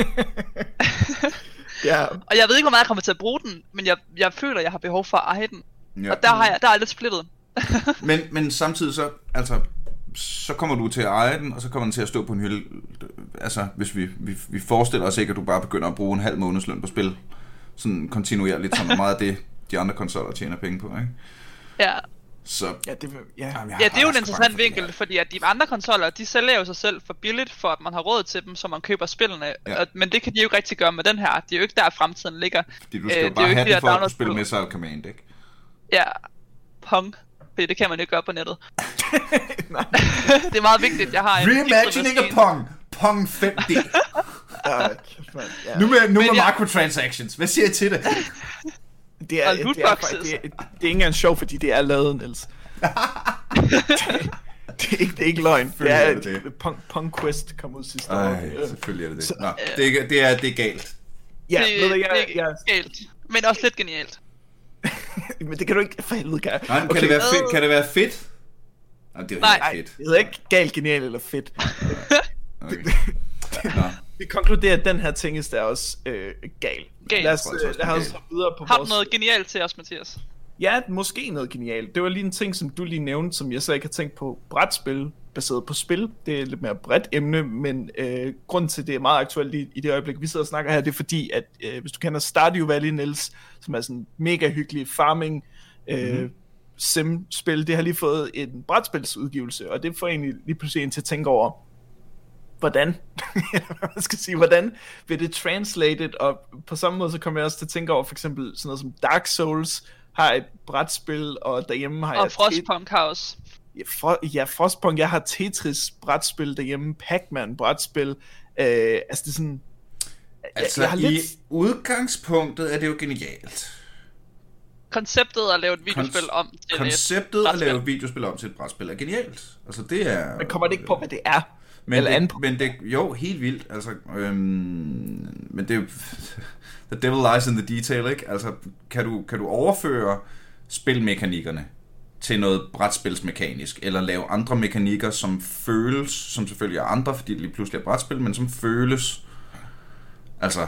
Ja. Og jeg ved ikke, hvor meget jeg kommer til at bruge den, men jeg, jeg føler, jeg har behov for at eje den. Ja. Og der, har jeg, der er jeg lidt splittet. men, men samtidig så, altså, så kommer du til at eje den, og så kommer den til at stå på en hylde. Altså, hvis vi, vi, vi forestiller os ikke, at du bare begynder at bruge en halv månedsløn på spil, sådan kontinuerligt, som er meget af det, de andre konsoller tjener penge på, ikke? Ja. Så, ja, det, ja. Jamen, ja, det er jo en interessant vinkel, det fordi at de andre konsoller, de sælger jo sig selv for billigt, for at man har råd til dem, så man køber spillene. Ja. Og, men det kan de jo ikke rigtig gøre med den her. Det er jo ikke der, fremtiden ligger. Fordi du skal jo bare have den for at spille Missile Command, ikke? Ja, Pong. Fordi det kan man jo ikke gøre på nettet. Det er meget vigtigt, jeg har en reimagining af Pong. Pong fem D. Ja, ja. Nu med, nu med jeg... microtransactions. Hvad siger I til det? Det er, det, er, det, er, det, er, det er ikke engang sjovt, fordi det er lavet, Niels. det, det, er ikke, det er ikke løgn. Det er, det er Pong, Pong Quest kom ud sidste år. Ej, selvfølgelig er det det. Nå, det, er, det, er, det er galt. Ja, det, ved du, jeg, det er jeg... galt. Men også lidt genialt. Men det kan du ikke for helvede gøre. Nej, okay. kan, det være fedt? kan det være fedt? Nej, det er Nej. ikke fedt. Det er ikke galt, genialt eller fedt. Okay. Vi konkluderer, at den her tingest er også øh, gal. Gal. Lad os, øh, lad os videre på Har du vores... noget genialt til os, Mathias? Ja, måske noget genialt. Det var lige en ting, som du lige nævnte, som jeg så ikke har tænkt på. Brætspil, baseret på spil. Det er et lidt mere bredt emne, men øh, grunden til, det er meget aktuelt i, i det øjeblik, vi sidder og snakker her, det er fordi, at øh, hvis du kender Stardew Valley, Niels, som er sådan mega hyggelig farming øh, mm-hmm. sim-spil, det har lige fået en brætspilsudgivelse, og det får egentlig lige pludselig en til at tænke over, hvordan, hvad skal jeg sige, hvordan vil det translated, og på samme måde så kommer jeg også til at tænke over, for eksempel sådan noget som Dark Souls har et brætspil, og derhjemme har og jeg... Frostpunk har også. Ja, for, ja, Frostpunk, jeg har Tetris brætspil derhjemme, Pac-Man brætspil, øh, altså det er sådan... Altså jeg har i lidt... udgangspunktet er det jo genialt. Konceptet at lave et videospil Kon- om til Konceptet at lave et videospil om til et brætspil er genialt. Altså det er... Men kommer det ikke på, hvad det er? Men det, men det, jo, helt vildt, altså, øhm, men det er jo, the devil lies in the detail, ikke? Altså, kan du, kan du overføre spilmekanikkerne til noget brætspilsmekanisk, eller lave andre mekanikker, som føles, som selvfølgelig er andre, fordi det lige pludselig er brætspil, men som føles, altså...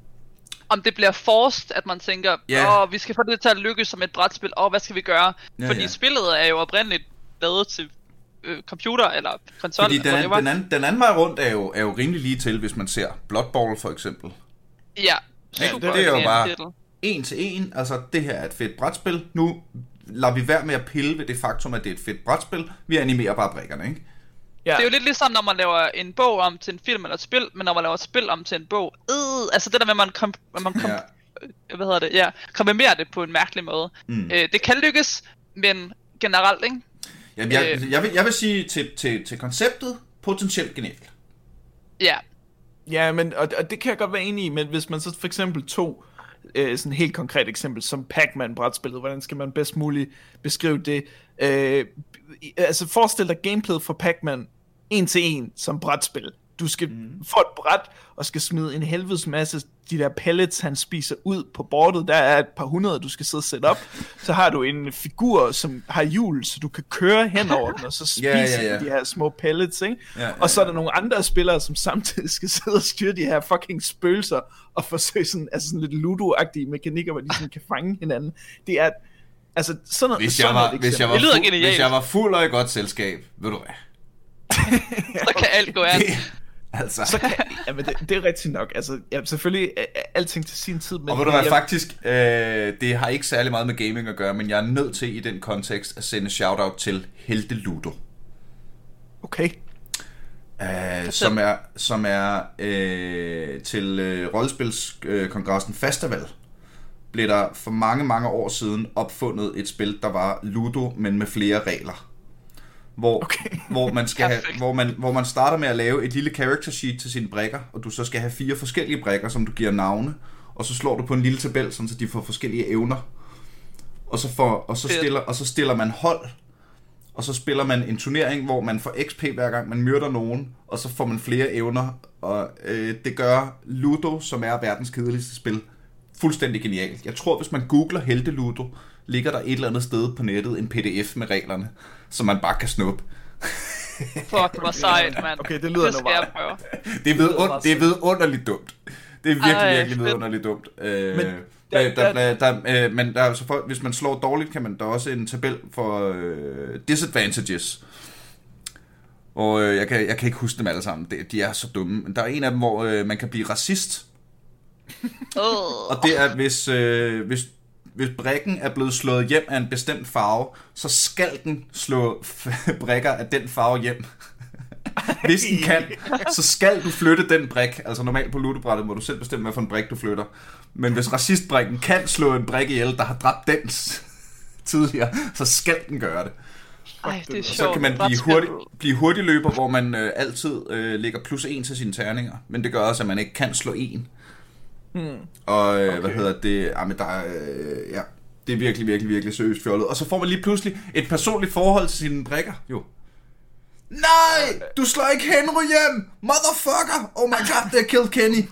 Om det bliver forced, at man tænker, yeah. åh, vi skal få det til at lykkes som et brætspil, åh, hvad skal vi gøre? Ja, fordi ja. Spillet er jo oprindeligt lavet til øh, computer eller konsol. Fordi den, an, den, anden, den anden vej rundt er jo, er jo rimelig lige til, hvis man ser Blood Bowl for eksempel. Ja, super. Ja, det er jo bare en til en, altså det her er et fedt brætspil. Nu lader vi være med at pille ved det faktum, at det er et fedt brætspil. Vi animerer bare brikkerne, ikke? Ja. Det er jo lidt ligesom, når man laver en bog om til en film eller et spil, men når man laver et spil om til en bog, øh, altså det der med, at man, kom, man kom, ja. hvad hedder det, ja, komprimerer det på en mærkelig måde. Mm. Øh, det kan lykkes, men generelt, ikke? Jamen, jeg, øh, jeg, vil, jeg vil sige til, til, til konceptet, potentielt genialt. Ja. Ja, men, og, og det kan jeg godt være enig i, men hvis man så for eksempel tog øh, sådan et helt konkret eksempel, som Pac-Man brætspillet, hvordan skal man bedst muligt beskrive det? Øh, altså forestil dig gameplayet for Pac-Man en til en som brætspil. Du skal mm. få et bræt og skal smide en helvedes masse de der pellets, han spiser ud på bordet. Der er et par hundrede, du skal sidde og sætte op. Så har du en figur, som har hjul, så du kan køre hen over den, og så spiser yeah, yeah, yeah. de her små pellets, ikke? Yeah, yeah, og så er der nogle andre spillere, som samtidig skal sidde og styre de her fucking spøgelser, og forsøge sådan, altså sådan lidt Ludo-agtige mekanikker, hvor de sådan kan fange hinanden. Det er, altså sådan noget. Hvis jeg var, hvis jeg var, fuld, hvis jeg var fuld og i godt selskab, ved du hvad? Så kan alt gå an. Altså. Så kan, ja, men det, det er rigtigt nok. Altså, ja, selvfølgelig er alting til sin tid. Men og ved du hvad, jeg... faktisk, øh, det har ikke særlig meget med gaming at gøre, men jeg er nødt til i den kontekst at sende shoutout til Helte Ludo. Okay. Øh, som er, som er øh, til øh, rollespilskongressen Festival, blev der for mange, mange år siden opfundet et spil, der var Ludo, men med flere regler. Hvor, okay. hvor, man skal have, hvor, man, hvor man starter med at lave et lille character sheet til sine brikker, og du så skal have fire forskellige brikker, som du giver navne, og så slår du på en lille tabel, så de får forskellige evner. Og så, får, og, så stiller, og så stiller man hold, og så spiller man en turnering, hvor man får X P hver gang man myrder nogen, og så får man flere evner, og øh, det gør Ludo, som er verdens kedeligste spil, fuldstændig genialt. Jeg tror, hvis man googler Helte Ludo, ligger der et eller andet sted på nettet en P D F med reglerne, som man bare kan snuppe. Fuck, hvor sejt, mand. Okay, det lyder det nu bare. Det er, ved, un- det er vidunderligt dumt. Det er virkelig, Ej, virkelig vidunderligt dumt. Øh, men der, der, der, der, øh, men der er så for, hvis man slår dårligt, kan man der også en tabel for øh, disadvantages. Og øh, jeg, kan, jeg kan ikke huske dem alle sammen. De, de er så dumme. Men der er en af dem, hvor øh, man kan blive racist. Oh. Og det er, hvis, øh, hvis hvis brikken er blevet slået hjem af en bestemt farve, så skal den slå brikker af den farve hjem. Hvis den kan, så skal du flytte den brik. Altså normalt på lutebrættet må du selv bestemme, hvad for en brik du flytter. Men hvis racistbrikken kan slå en brik ihjel, der har dræbt den tidligere, så skal den gøre det. Ej, det er sjovt. Så kan man blive, hurtig, blive hurtigløber, hvor man øh, altid øh, lægger plus en til sine terninger. Men det gør også, at man ikke kan slå en. Hmm. Og øh, okay. hvad hedder det? Ah, men der er, øh, ja, det er virkelig, virkelig, virkelig seriøst fjollet. Og så får man lige pludselig et personligt forhold til sine brikker. Jo. Nej! Du slår ikke Henry hjem! Motherfucker! Oh my god, they killed Kenny.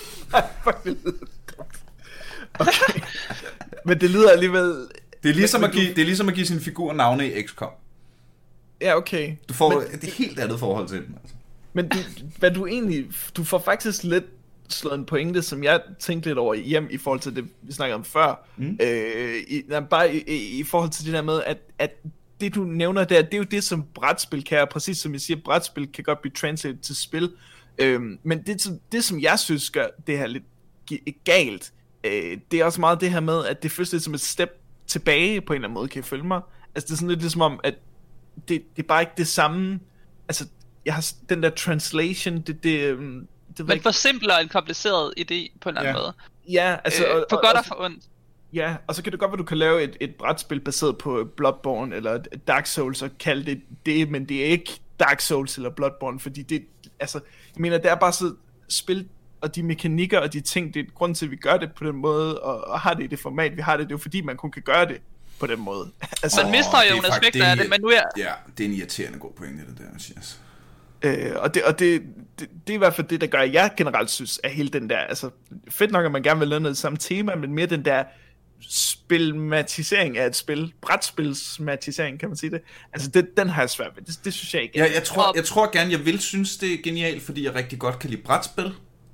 Okay. Men det lyder alligevel... Det er ligesom, at give, det er ligesom at give sin figur navne i X COM. Ja, okay. Du får men, et helt andet forhold til den. Altså. Men du, hvad du egentlig... Du får faktisk lidt slået en pointe, som jeg tænkte lidt over hjem i forhold til det, vi snakkede om før. Mm. Øh, i, nej, bare i, i, i forhold til det der med, at, at det du nævner der, det er jo det, som brætspil kan, og præcis som jeg siger, brætspil kan godt blive translated til spil. Øh, men det, som, det, som jeg synes gør det her lidt galt, øh, det er også meget det her med, at det føles lidt som et step tilbage på en eller anden måde, kan I følge mig? Altså det er sådan lidt ligesom om, at det, det er bare ikke det samme, altså jeg har den der translation, det, det, det men for simplere en kompliceret idé på en eller anden ja. måde. Ja, altså... Øh, og, for godt og, og for ondt. Ja, og så kan det godt være, du kan lave et, et brætspil baseret på Bloodborne eller Dark Souls og kalde det det, men det er ikke Dark Souls eller Bloodborne, fordi det, altså, jeg mener, det er bare så spil, og de mekanikker og de ting, det er grund til, at vi gør det på den måde, og, og har det i det format, vi har det, det er jo fordi, man kun kan gøre det på den måde. Altså, man mister jo nogle aspekter af det, men nu er... Ja, det er en irriterende god pointe, det der, Mathias. Øh, og det, og det, det, det er i hvert fald det, der gør, at jeg generelt synes, at hele den der, altså fedt nok, at man gerne vil lave noget samme tema, men mere den der spilmatisering af et spil, brætspilsmatisering, kan man sige det, altså det, den har jeg svært ved, det, det synes jeg ikke. Ja, jeg tror, jeg tror gerne, jeg vil synes, det er genialt, fordi jeg rigtig godt kan lide brætspil,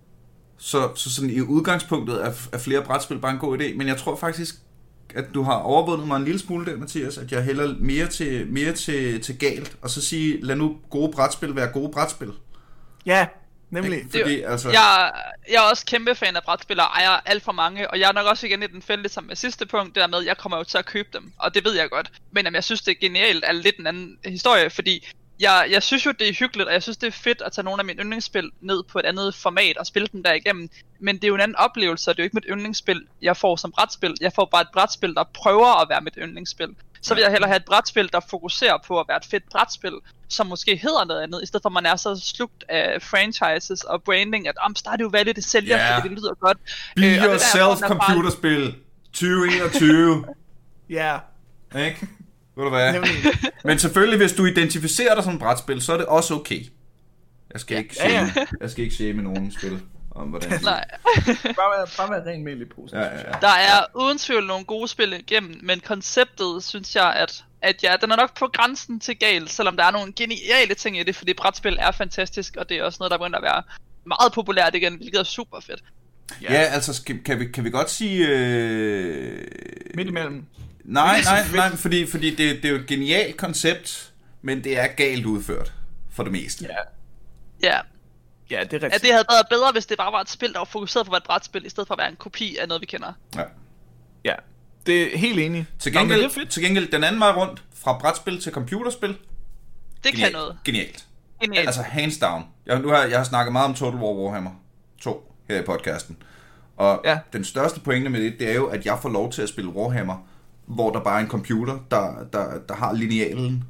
så, så sådan i udgangspunktet er, er flere brætspil bare en god idé, men jeg tror faktisk, at du har overvundet mig en lille smule der, Mathias, at jeg hælder mere til, mere til, til galt, og så sige, lad nu gode brætspil være gode brætspil. Ja, nemlig. Ikke? Fordi, altså... jeg, jeg er også kæmpe fan af brætspil og ejer alt for mange, og jeg er nok også igen i den fælde som med sidste punkt, det der med, at jeg kommer jo til at købe dem, og det ved jeg godt. Men om jeg synes, det er genialt, er lidt en anden historie, fordi jeg, jeg synes jo, det er hyggeligt, og jeg synes, det er fedt at tage nogle af mine yndlingsspil ned på et andet format og spille dem der igennem. Men det er jo en anden oplevelse, og det er jo ikke mit yndlingsspil, jeg får som brætspil. Jeg får bare et brætspil, der prøver at være mit yndlingsspil. Så vil jeg hellere have et brætspil, der fokuserer på at være et fedt brætspil, som måske hedder noget andet, i stedet for at man er så slugt af franchises og branding, at om Stardew Valley, det sælger, yeah. fordi det lyder godt. Be øh, yourself der, computerspil tyve enogtyve. Ja. Ikke? Ved du hvad? Men selvfølgelig, hvis du identificerer dig som et brætspil, så er det også okay. Jeg skal ikke shame, ja, ja. Jeg skal ikke shame nogen spil om hvordan det Nej. bare være, bare være ren mel i posen. Ja, ja, ja. Der er uden tvivl nogle gode spil igennem, men konceptet synes jeg, at, at ja, den er nok på grænsen til galt, selvom der er nogle geniale ting i det, fordi brætspil er fantastisk, og det er også noget, der begynder at være meget populært igen, hvilket er super fedt. Ja, ja altså skal, kan, vi, kan vi godt sige... Øh... Midt imellem. Nej, nej, nej, fordi, fordi det, det er jo et genialt koncept, men det er galt udført, for det meste. Ja. Ja. Ja, det er rigtigt. Ja, det havde været bedre, hvis det bare var et spil, der var fokuseret på at være et brætspil, i stedet for at være en kopi af noget, vi kender. Ja. Ja, det er helt enig. Til gengæld, Nå, det til gengæld den anden vej rundt, fra brætspil til computerspil. Det genialt. kan noget. Genialt. Genialt. Altså hands down. Jeg, nu har, jeg har snakket meget om Total War Warhammer to her i podcasten. Og ja. Den største pointe med det, det er jo, at jeg får lov til at spille Warhammer, hvor der bare er en computer, der, der, der har linealen.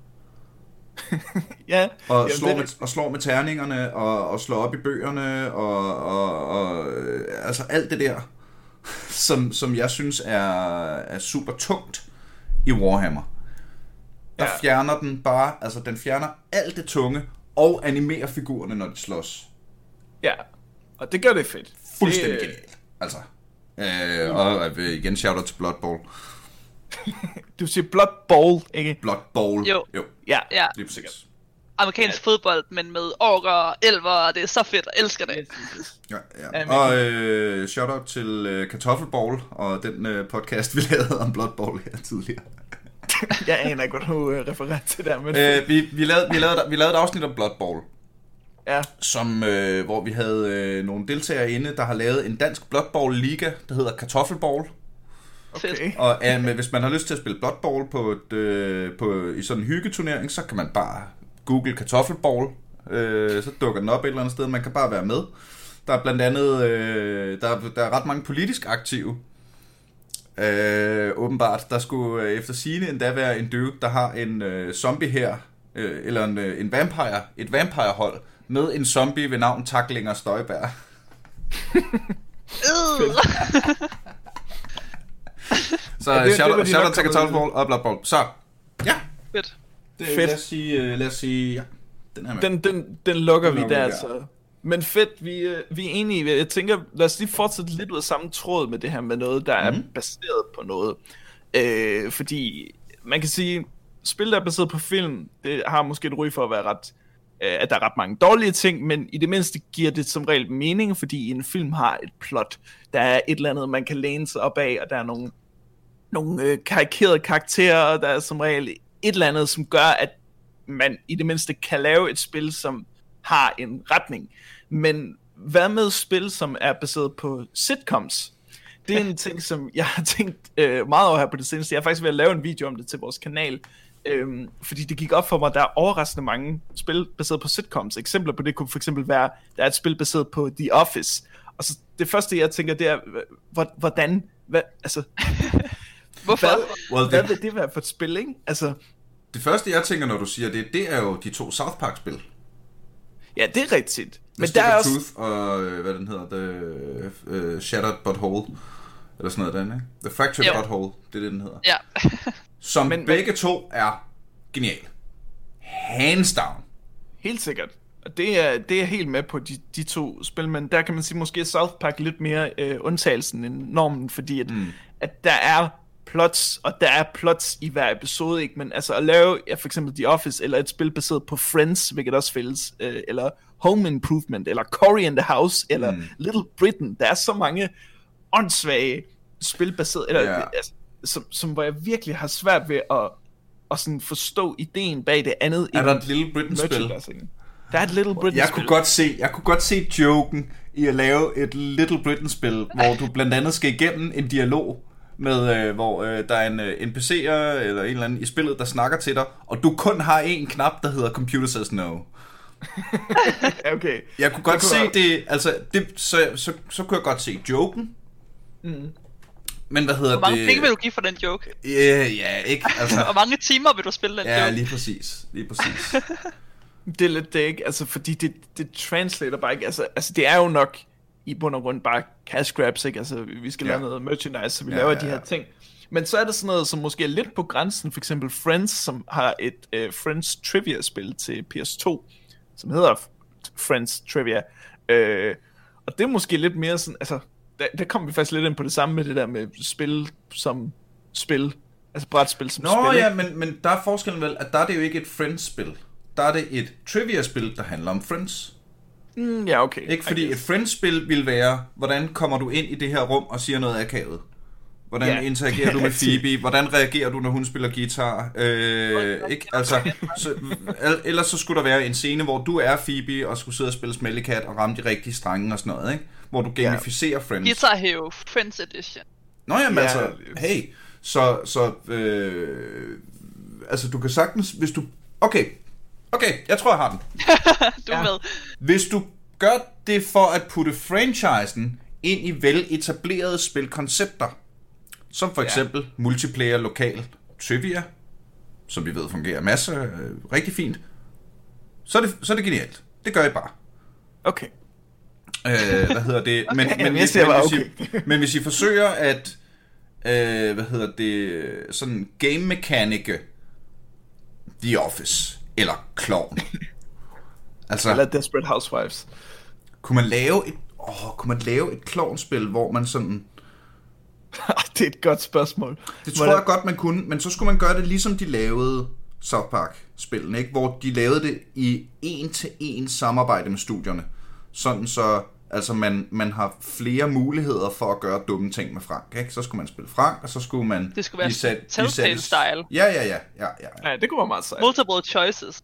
Ja. Og, jamen, slår det... med, og slår med terningerne, og, og slår op i bøgerne, og, og, og altså alt det der, som, som jeg synes er, er super tungt i Warhammer. Der ja. fjerner den bare, altså den fjerner alt det tunge, og animerer figurerne, når de slås. Ja, og det gør det fedt. Fuldstændig det... genialt, altså. Øh, mm. Og igen shout-out til Blood Bowl. Du siger Blood Bowl, ikke? Blood Bowl. Jo. jo. Ja. ja. Lige præcis. Amerikansk ja. fodbold, men med orker og elver, og det er så fedt, jeg elsker det. Ja, ja. Og øh, shout-out til øh, Kartoffelbowl og den øh, podcast, vi lavede om Blood Bowl her tidligere. Jeg aner ikke, hvad du øh, refererer til der. Men... Øh, vi, vi, lavede, vi, lavede, vi lavede et afsnit om Blood Bowl, ja. som, øh, hvor vi havde øh, nogle deltagere inde, der har lavet en dansk Blood Bowl liga, der hedder Kartoffelbowl. Okay. Og um, hvis man har lyst til at spille Blood Bowl på et, øh, på, i sådan en hyggeturnering, så kan man bare google kartoffelball. Øh, så dukker den op et eller andet sted. Man kan bare være med. Der er blandt andet øh, der, der er ret mange politisk aktive. Øh, åbenbart. Der skulle øh, efter sigende endda være en dude, der har en øh, zombie her, øh, eller en, øh, en vampire, et vampire-hold med en zombie ved navn Taklinger Støjbær. Så ja, det, shout, det shout out til kartoffelball og Blood Bowl. Så, ja. Fedt. Det, fedt. Lad os sige, uh, lad os sige ja. Den, er med. den, den, den lukker den vi der, altså. Men fedt, vi, uh, vi er enige. Jeg tænker, lad os lige fortsætte lidt ud af samme tråd med det her med noget, der mm. er baseret på noget. Uh, fordi man kan sige, spil, der er baseret på film, det har måske et ry for at være ret, uh, at der er ret mange dårlige ting, men i det mindste giver det som regel mening, fordi en film har et plot. Der er et eller andet, man kan læne sig op af, og der er nogle, nogle øh, karikerede karakterer, og der er som regel et eller andet, som gør, at man i det mindste kan lave et spil, som har en retning. Men hvad med spil, som er baseret på sitcoms? Det er en ting, som jeg har tænkt øh, meget over her på det seneste. Jeg er faktisk ved at lave en video om det til vores kanal, øh, fordi det gik op for mig, at der er overraskende mange spil baseret på sitcoms. Eksempler på det kunne for eksempel være, der er et spil baseret på The Office. Og så det første, jeg tænker, det er, hvordan, hvad, altså... Hvorfor? Hvad, well, hvad det, vil det være for et spil, ikke? Altså... Det første, jeg tænker, når du siger det, det er jo de to South Park-spil. Ja, det er rigtigt. Men der er også... Truth og, hvad den hedder, The uh, Shattered Butthole, eller sådan noget den, ikke? The Fractured jo. Butthole, det er det, den hedder. Ja. Som men, begge to er genial. Hands down. Helt sikkert. Og det er, det er helt med på de, de to spil, men der kan man sige måske South Park lidt mere øh, undtagelsen end normen, fordi at, mm. at der er plots, og der er plots i hver episode, ikke? Men altså at lave ja, for eksempel The Office, eller et spil baseret på Friends, hvilket også fælles, øh, eller Home Improvement, eller Cory in the House, eller mm. Little Britain, der er så mange åndssvage spil baseret, eller, yeah. altså, som, som hvor jeg virkelig har svært ved at, at sådan forstå ideen bag det andet. Er der et Little Britain-spil? Der er et Little Britain-spil. Jeg kunne godt se, jeg kunne godt se joken i at lave et Little Britain-spil, hvor du blandt andet skal igennem en dialog med, øh, hvor øh, der er en øh, N P C'er eller en eller anden i spillet, der snakker til dig, og du kun har en knap, der hedder Computer Says No. Okay. Jeg kunne godt se det, altså, det, så, så, så kunne jeg godt se joken. Mm. Men hvad hedder det? Hvor mange det? penge vil du give for den joke? Ja, yeah, ja, yeah, ikke? Altså... Hvor mange timer vil du spille den ja, joke? Ja, lige præcis. Lige præcis. Det er lidt det, ikke? Altså, fordi det, det translater bare ikke. Altså, altså, det er jo nok i bund og grund bare cash grabs, ikke? Altså, vi skal ja. lave noget merchandise, så vi ja, laver ja, de her ja. ting. Men så er der sådan noget, som måske er lidt på grænsen. For eksempel Friends, som har et uh, Friends Trivia-spil til P S to, som hedder Friends Trivia. Uh, og det er måske lidt mere sådan, altså, der, der kommer vi faktisk lidt ind på det samme med det der med spil som spil. Altså brætspil som Nå, spil. Nå ja, men, men der er forskellen vel, at der er det jo ikke et Friends-spil. Der er det et trivia-spil, der handler om Friends. Mm, ja, okay. Ikke fordi et Friends-spil vil være, hvordan kommer du ind i det her rum og siger noget akavet? Hvordan yeah. interagerer du med Phoebe? Hvordan reagerer du, når hun spiller guitar? Øh, ikke? Altså, så, ellers så skulle der være en scene, hvor du er Phoebe og skulle sidde og spille Smelly Cat og ramme de rigtige strenge og sådan noget, ikke? Hvor du gamificerer yeah. Friends. Guitar Hero Friends Edition. Nå jamen yeah. altså, hey, så, så øh, altså du kan sagtens, hvis du, okay, okay, jeg tror jeg har den. Du er ja. med. Hvis du gør det for at putte franchisen ind i veletablerede spilkoncepter, som for eksempel ja. multiplayer lokal trivia, som vi ved fungerer masser, øh, rigtig fint, så er, det, så er det genialt. Det gør I bare. Okay. Øh, hvad hedder det? Okay, men, men, men, hvis, men, okay. hvis I, men hvis I forsøger at, øh, hvad hedder det, sådan game mechanic The Office, eller Klovn. Altså, eller Desperate Housewives. Kunne man lave et, åh, kunne man lave et klovnspil, hvor man sådan... Det er et godt spørgsmål. Det tror Hvordan... jeg godt, man kunne, men så skulle man gøre det ligesom de lavede South Park-spillene, ikke? Hvor de lavede det i en-til-en samarbejde med studierne. Sådan så altså man, man har flere muligheder for at gøre dumme ting med Frank, ikke? Så skulle man spille Frank, og så skulle man... Det skulle være Telltale-style. Ja, ja, ja, ja, ja. Ja, det kunne være meget sejt. Multiple choices.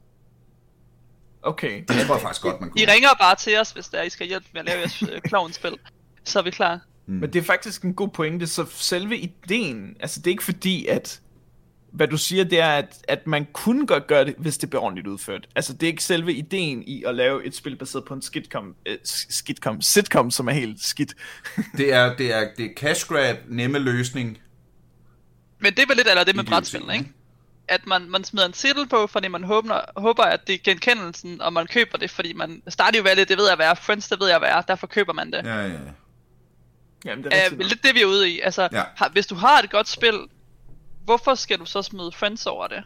Okay. Det tror jeg faktisk godt, man kunne. I ringer bare til os, hvis der I skal hjælpe med at lave jeres klovnspil. Så er vi klar. Mm. Men det er faktisk en god pointe, så selve ideen, altså det er ikke fordi, at hvad du siger, det er, at, at man kunne godt gøre det, hvis det bliver ordentligt udført. Altså det er ikke selve ideen i at lave et spil baseret på en skitcom, uh, skitcom sitcom, som er helt skidt. det, er, det, er, det er cash grab, nemme løsning. Men det er vel lidt eller det med brætspil, ikke? At man, man smider en titel på, fordi man håber, håber, at det er genkendelsen, og man køber det, fordi man Stardew Valley, det ved jeg hvad er, Friends, det ved jeg hvad er, derfor køber man det. Ja, ja, ja. Jamen, det er uh, lidt det vi er ude i. Altså, ja. har, hvis du har et godt spil, hvorfor skal du så smide Friends over det?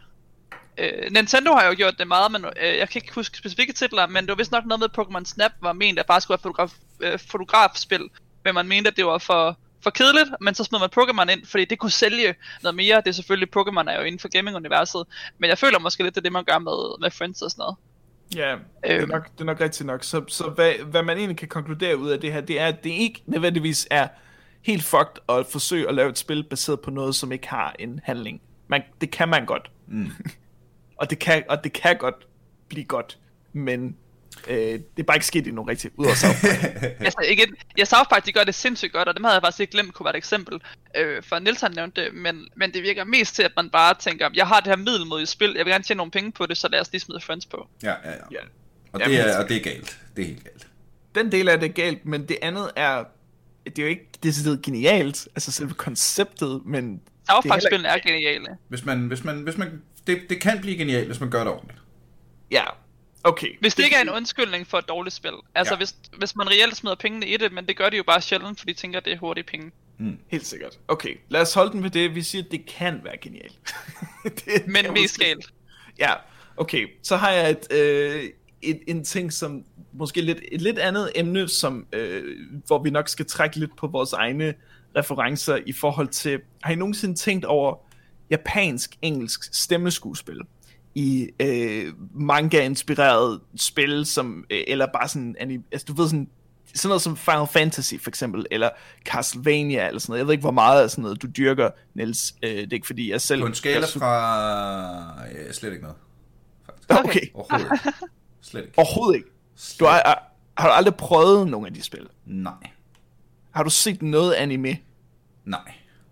Uh, Nintendo har jo gjort det meget, men uh, jeg kan ikke huske specifikke titler, men det var vist nok noget med Pokémon Snap, var ment at bare skulle være fotograf, uh, fotografspil, men man mente, at det var for, for kedeligt, men så smed man Pokémon ind, fordi det kunne sælge noget mere. Det er selvfølgelig, Pokémon er jo inden for gaming-universet, men jeg føler måske lidt, det er det, man gør med, med Friends og sådan noget. Ja, det er nok, det er nok rigtigt nok. Så, så hvad, hvad man egentlig kan konkludere ud af det her, det er, at det ikke nødvendigvis er helt fucked at forsøge at lave et spil baseret på noget, som ikke har en handling. Man, det kan man godt. Mm. og, det kan, og det kan godt blive godt, men øh, det er bare ikke sket endnu rigtigt, ud af South Park. altså, igen, ja, South Park, de gør det sindssygt godt, og dem havde jeg faktisk ikke glemt, kunne være et eksempel. Øh, for Niels han nævnte det, men, men det virker mest til, at man bare tænker, jeg har det her middelmodige spil, jeg vil gerne tjene nogle penge på det, så lad os lige smide Friends på. Ja, ja, ja. ja. Og, det er, og det er galt. Det er helt galt. Den del af det er galt, men det andet er, det er jo ikke decideret genialt, altså selve konceptet, men South Park-spillene er geniale. Hvis man, hvis man, hvis man, det, det kan blive genialt, hvis man gør det ordentligt. Ja, okay. Hvis det, det ikke er en undskyldning for et dårligt spil. Altså ja. hvis, hvis man reelt smider pengene i det, men det gør de jo bare sjældent, fordi de tænker, at det er hurtige penge. Mm. Helt sikkert. Okay, lad os holde den ved det. Vi siger, at det kan være genialt. det, men mest galt. Ja, okay. Så har jeg et, øh, et, en ting, som måske lidt, et lidt andet emne, som, øh, hvor vi nok skal trække lidt på vores egne referencer i forhold til, har I nogensinde tænkt over japansk-engelsk stemmeskuespil i øh, manga-inspireret spil, som, øh, eller bare sådan, altså du ved sådan, sådan noget som Final Fantasy for eksempel, eller Castlevania eller sådan noget. Jeg ved ikke, hvor meget af sådan noget du dyrker, Niels. Øh, det er ikke fordi, jeg selv... På en skala fra... Ja, slet ikke noget. Faktisk. Okay. okay. Overhovedet ikke. Slet ikke. Overhovedet ikke. Du har, har du aldrig prøvet nogle af de spil? Nej. Har du set noget anime? Nej.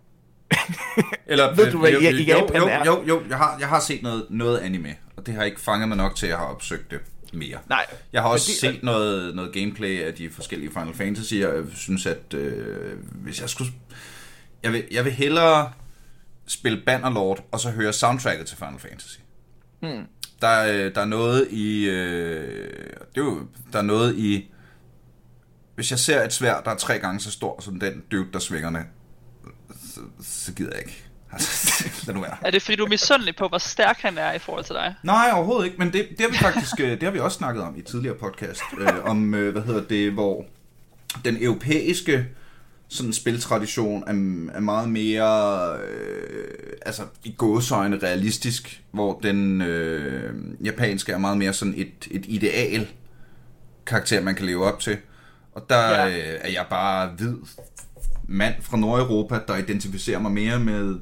Eller, ved du, hvad jo, jo, Japan jo, er? Jo, jo, jo, jeg har, jeg har set noget, noget anime, og det har ikke fanget mig nok til, at jeg har opsøgt det mere. Nej. Jeg har også det, set noget, noget gameplay af de forskellige Final Fantasy, og jeg synes, at øh, hvis jeg skulle... Jeg vil, jeg vil hellere spille Bannerlord, og så høre soundtracket til Final Fantasy. Hmm. Der, der er noget i... Øh, det er jo, der er noget i... Hvis jeg ser et sværd, der er tre gange så stor som den dude, der svinger det, så, så gider jeg ikke. Lad nu være. Er det fordi du er misundelig på, hvor stærk han er i forhold til dig? Nej, overhovedet ikke, men det, det har vi faktisk det har vi også snakket om i et tidligere podcast, øh, om, øh, hvad hedder det, hvor den europæiske sådan spiltradition er, er meget mere, øh, altså i gåseøjne realistisk, hvor den øh, japanske er meget mere sådan et, et ideal karakter, man kan leve op til. Og der ja. øh, er jeg bare hvid mand fra Nordeuropa, der identificerer mig mere med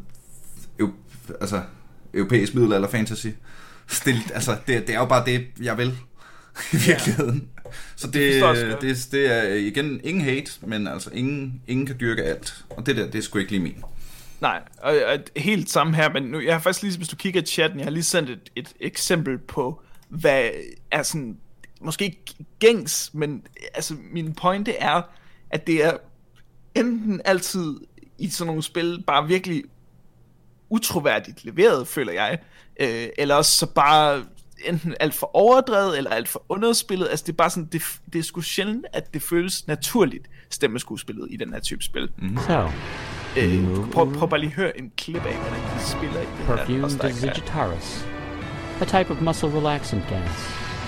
altså europæisk middelalder fantasy. Det, altså, det, det er jo bare det, jeg vil i virkeligheden. Ja. Så det, det, det, det er igen ingen hate, men altså ingen, ingen kan dyrke alt. Og det der, det er sgu ikke lige min. Nej, og, og helt samme her, men nu, jeg har faktisk lige, hvis du kigger i chatten, jeg har lige sendt et, et eksempel på, hvad er sådan, måske ikke gængs, men altså min pointe er, at det er enten altid i sådan nogle spil bare virkelig utroværdigt leveret, føler jeg, øh, eller også så bare enten alt for overdrevet, eller alt for underspillet. Altså det er bare sådan, det, det er sgu sjældent, at det føles naturligt, stemmeskuespillet i den her type spil. Mm-hmm. So, øh, prøv, prøv bare lige at høre en klip af, hvordan de spiller i den Perfume Digitaris, a type of muscle relaxant gas.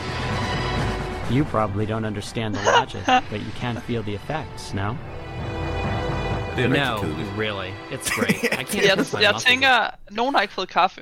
You probably don't understand the logic, but you can feel the effects, no? Det er no, really. It's great. I can't jeg, jeg tænker, nogen har ikke fået kaffe.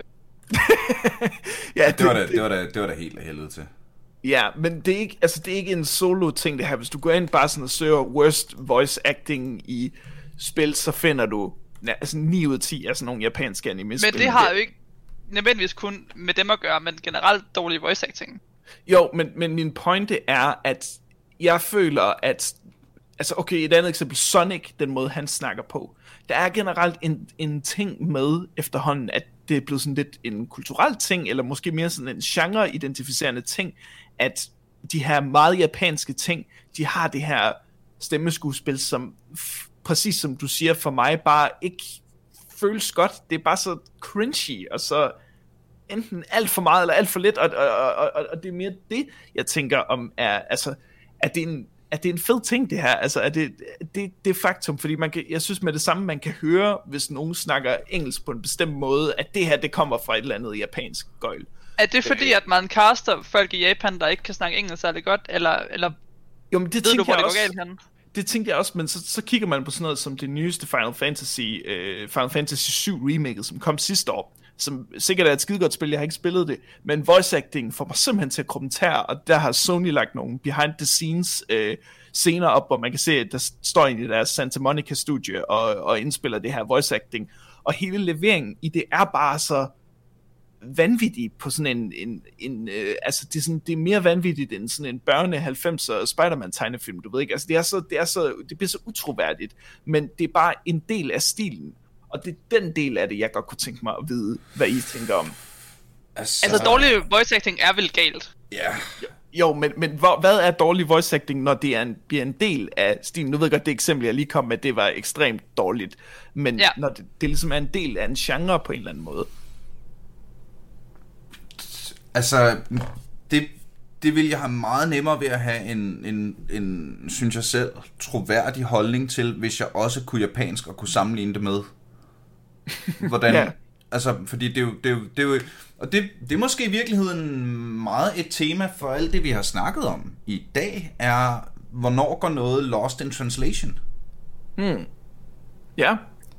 ja, det, det, var da, det, var da, det var da helt af helvede til. Ja, men det er ikke, altså det er ikke en solo ting det her. Hvis du går ind bare sådan og søger worst voice acting i spil, så finder du altså ni ud af ti af sådan nogle japanske anime-spil. Men det har jo ikke nødvendigvis kun med dem at gøre, men generelt dårlig voice acting. Jo, men, men min pointe er, at jeg føler, at altså okay, et andet eksempel, Sonic, den måde han snakker på. Der er generelt en, en ting med efterhånden, at det er blevet sådan lidt en kulturel ting, eller måske mere sådan en genre-identificerende ting, at de her meget japanske ting, de har det her stemmeskuespil, som f- præcis som du siger, for mig bare ikke føles godt. Det er bare så cringy, og så enten alt for meget, eller alt for lidt, og, og, og, og, og det er mere det, jeg tænker om, er, altså, er det en, er det en fed ting, det her? Altså, er det, det, det er faktum, fordi man kan, jeg synes med det samme, man kan høre, hvis nogen snakker engelsk på en bestemt måde, at det her, det kommer fra et eller andet japansk gøjl. Er det fordi, at man caster folk i Japan, der ikke kan snakke engelsk særlig godt, eller, eller jo, men det ved du, hvor jeg det også, går galt henne? Det tænkte jeg også, men så, så kigger man på sådan noget som det nyeste Final Fantasy, uh, Final Fantasy syv remaket, som kom sidste år, som sikkert er et skidegodt spil, jeg har ikke spillet det, men voice acting får mig simpelthen til at kommentere, og der har Sony lagt nogle behind the scenes uh, scener op, hvor man kan se, at der står ind i deres Santa Monica studie og, og indspiller det her voice acting, og hele leveringen i det er bare så vanvittigt på sådan en, en, en øh, altså det er, sådan, det er mere vanvittigt end sådan en børne halvfemser Spider-Man tegnefilm, du ved ikke, altså det er så, det er så, det bliver så utroværdigt, men det er bare en del af stilen, og det er den del af det, jeg godt kunne tænke mig at vide, hvad I tænker om. Altså, altså dårlig voice acting er vel galt? Ja. Yeah. Jo, men, men hvor, hvad er dårlig voice acting, når det er en, bliver en del af stilen? Nu ved jeg godt, det eksempel, jeg lige kom med, det var ekstremt dårligt, men ja. Når det, det ligesom er en del af en genre på en eller anden måde. Altså, det, det vil jeg have meget nemmere ved at have en, en, en, synes jeg selv, troværdig holdning til, hvis jeg også kunne japansk og kunne sammenligne det med. Hvordan? Ja. Altså, fordi det er jo, det er jo, det er jo og det, det er måske i virkeligheden meget et tema for alt det, vi har snakket om i dag, er, hvornår går noget lost in translation? Hmm. Ja.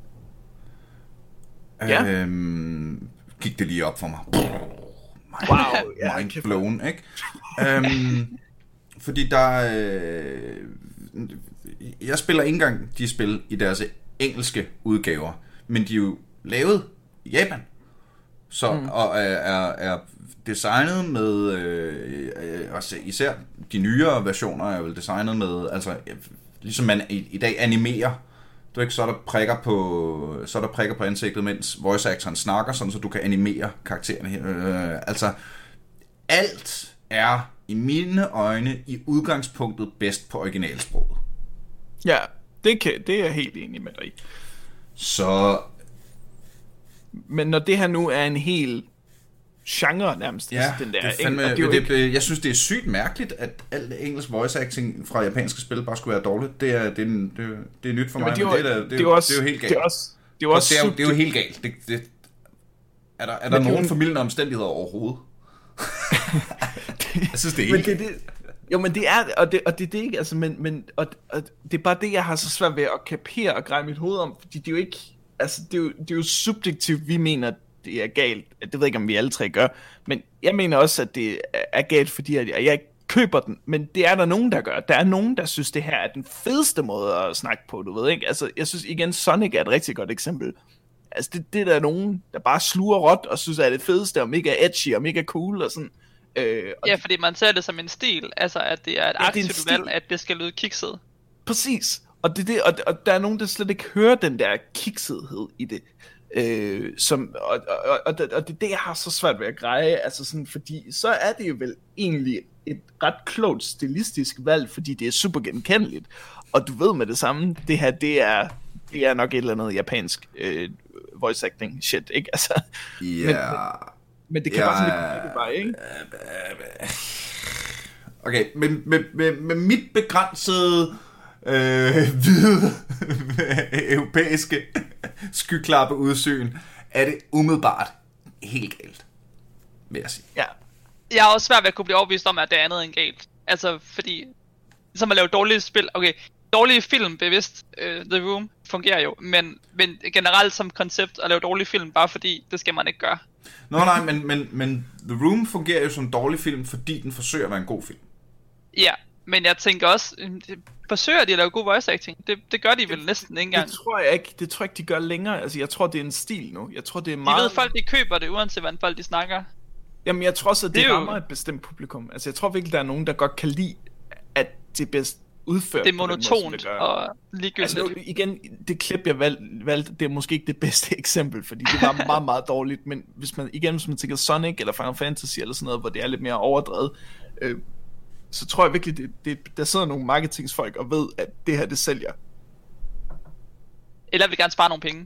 Ja. Øhm, gik det lige op for mig. Wow, ja, mind blown, ikke? øhm, fordi der øh, jeg spiller ikke engang de spil i deres engelske udgaver, men de er jo lavet i Japan, så mm. og er, er, er designet med øh, øh, især de nyere versioner er vel designet med, altså ligesom man i, i dag animerer. Du ikke, så er der prikker på, så er der prikker på ansigtet, mens voice actoren snakker, sådan så du kan animere karaktererne her. Øh, altså, alt er i mine øjne i udgangspunktet bedst på originalsproget. Ja, det, kan, det er jeg helt enig med dig i. Så... Men når det her nu er en hel genre nærmest, ja, den der, det fandme, det, det, ikke... jeg synes, det er sygt mærkeligt, at alt engelsk voice acting fra japanske spil bare skulle være dårligt. Det er, det er, det er, det er nyt for ja, mig, men det er, men det er, det er, det er, også, det er jo helt galt. Det er, også, det er, også det er, jo, det er jo helt galt. Det, det, er der, er der nogen formildende omstændigheder overhovedet? Jeg synes, det er ikke. Men det, det, jo, men det er, og det, og det, det er ikke, altså, men, men og, og det er bare det, jeg har så svært ved at kapere og greje mit hoved om, fordi det er jo ikke, altså, det er jo, det er jo subjektivt, vi mener, det er galt. Det ved jeg ikke, om vi alle tre gør, men jeg mener også, at det er galt, fordi jeg, jeg ikke køber den, men det er der nogen, der gør. Der er nogen, der synes, det her er den fedeste måde at snakke på, du ved ikke? Altså, jeg synes igen, Sonic er et rigtig godt eksempel. Altså, det, det er der nogen, der bare sluger råt og synes, at det er det fedeste, og mega edgy, og mega cool, og sådan. Øh, og ja, fordi man ser det som en stil, altså, at det er et ja, aktivt valg, at det skal lyde kikset. Præcis. Og, det, det, og, og der er nogen, der slet ikke hører den der kiksethed i det. Øh, som, og, og, og, og det er det, jeg har så svært ved at greje, altså sådan, fordi så er det jo vel egentlig et ret klogt stilistisk valg, fordi det er super genkendeligt, og du ved med det samme, det her, det er, det er nok et eller andet japansk øh, voice acting shit, ikke? Altså, yeah. men, men, men det kan yeah. bare sådan lidt bare, ikke? Okay, men med, med, med mit begrænsede øh, hvide europæiske skyklappe udsyn, er det umiddelbart helt galt, vil jeg sige. Ja. Jeg er også svært ved at kunne blive overbevist om, at det er andet end galt. Altså, fordi, som at lave dårlige spil, okay, dårlige film, bevidst, uh, The Room, fungerer jo, men, men generelt som koncept at lave dårlige film, bare fordi, det skal man ikke gøre. Nå nej, men, men, men The Room fungerer jo som en dårlig film, fordi den forsøger at være en god film. Ja, men jeg tænker også, forsøger de at lave god voice acting? Det, det gør de vel næsten ikke engang. Det tror jeg ikke, det tror jeg ikke, de gør længere. Altså, jeg tror, det er en stil nu. Jeg tror, det er meget... De ved, folk de køber det, uanset hvordan folk de snakker. Jamen, jeg tror også, at det, det rammer jo... et bestemt publikum. Altså, jeg tror virkelig, der er nogen, der godt kan lide, at det er bedst, udført. Det er monotont og ligegyldigt. Altså, igen, det klip, jeg valgte, valgte, det er måske ikke det bedste eksempel, fordi det var meget, meget dårligt, men hvis man, igen, hvis man tænker Sonic eller Final Fantasy eller sådan noget, hvor det er lidt mere overdrevet, øh, så tror jeg virkelig, det, det, der sidder nogle marketingsfolk og ved, at det her, det sælger. Eller vil gerne spare nogle penge.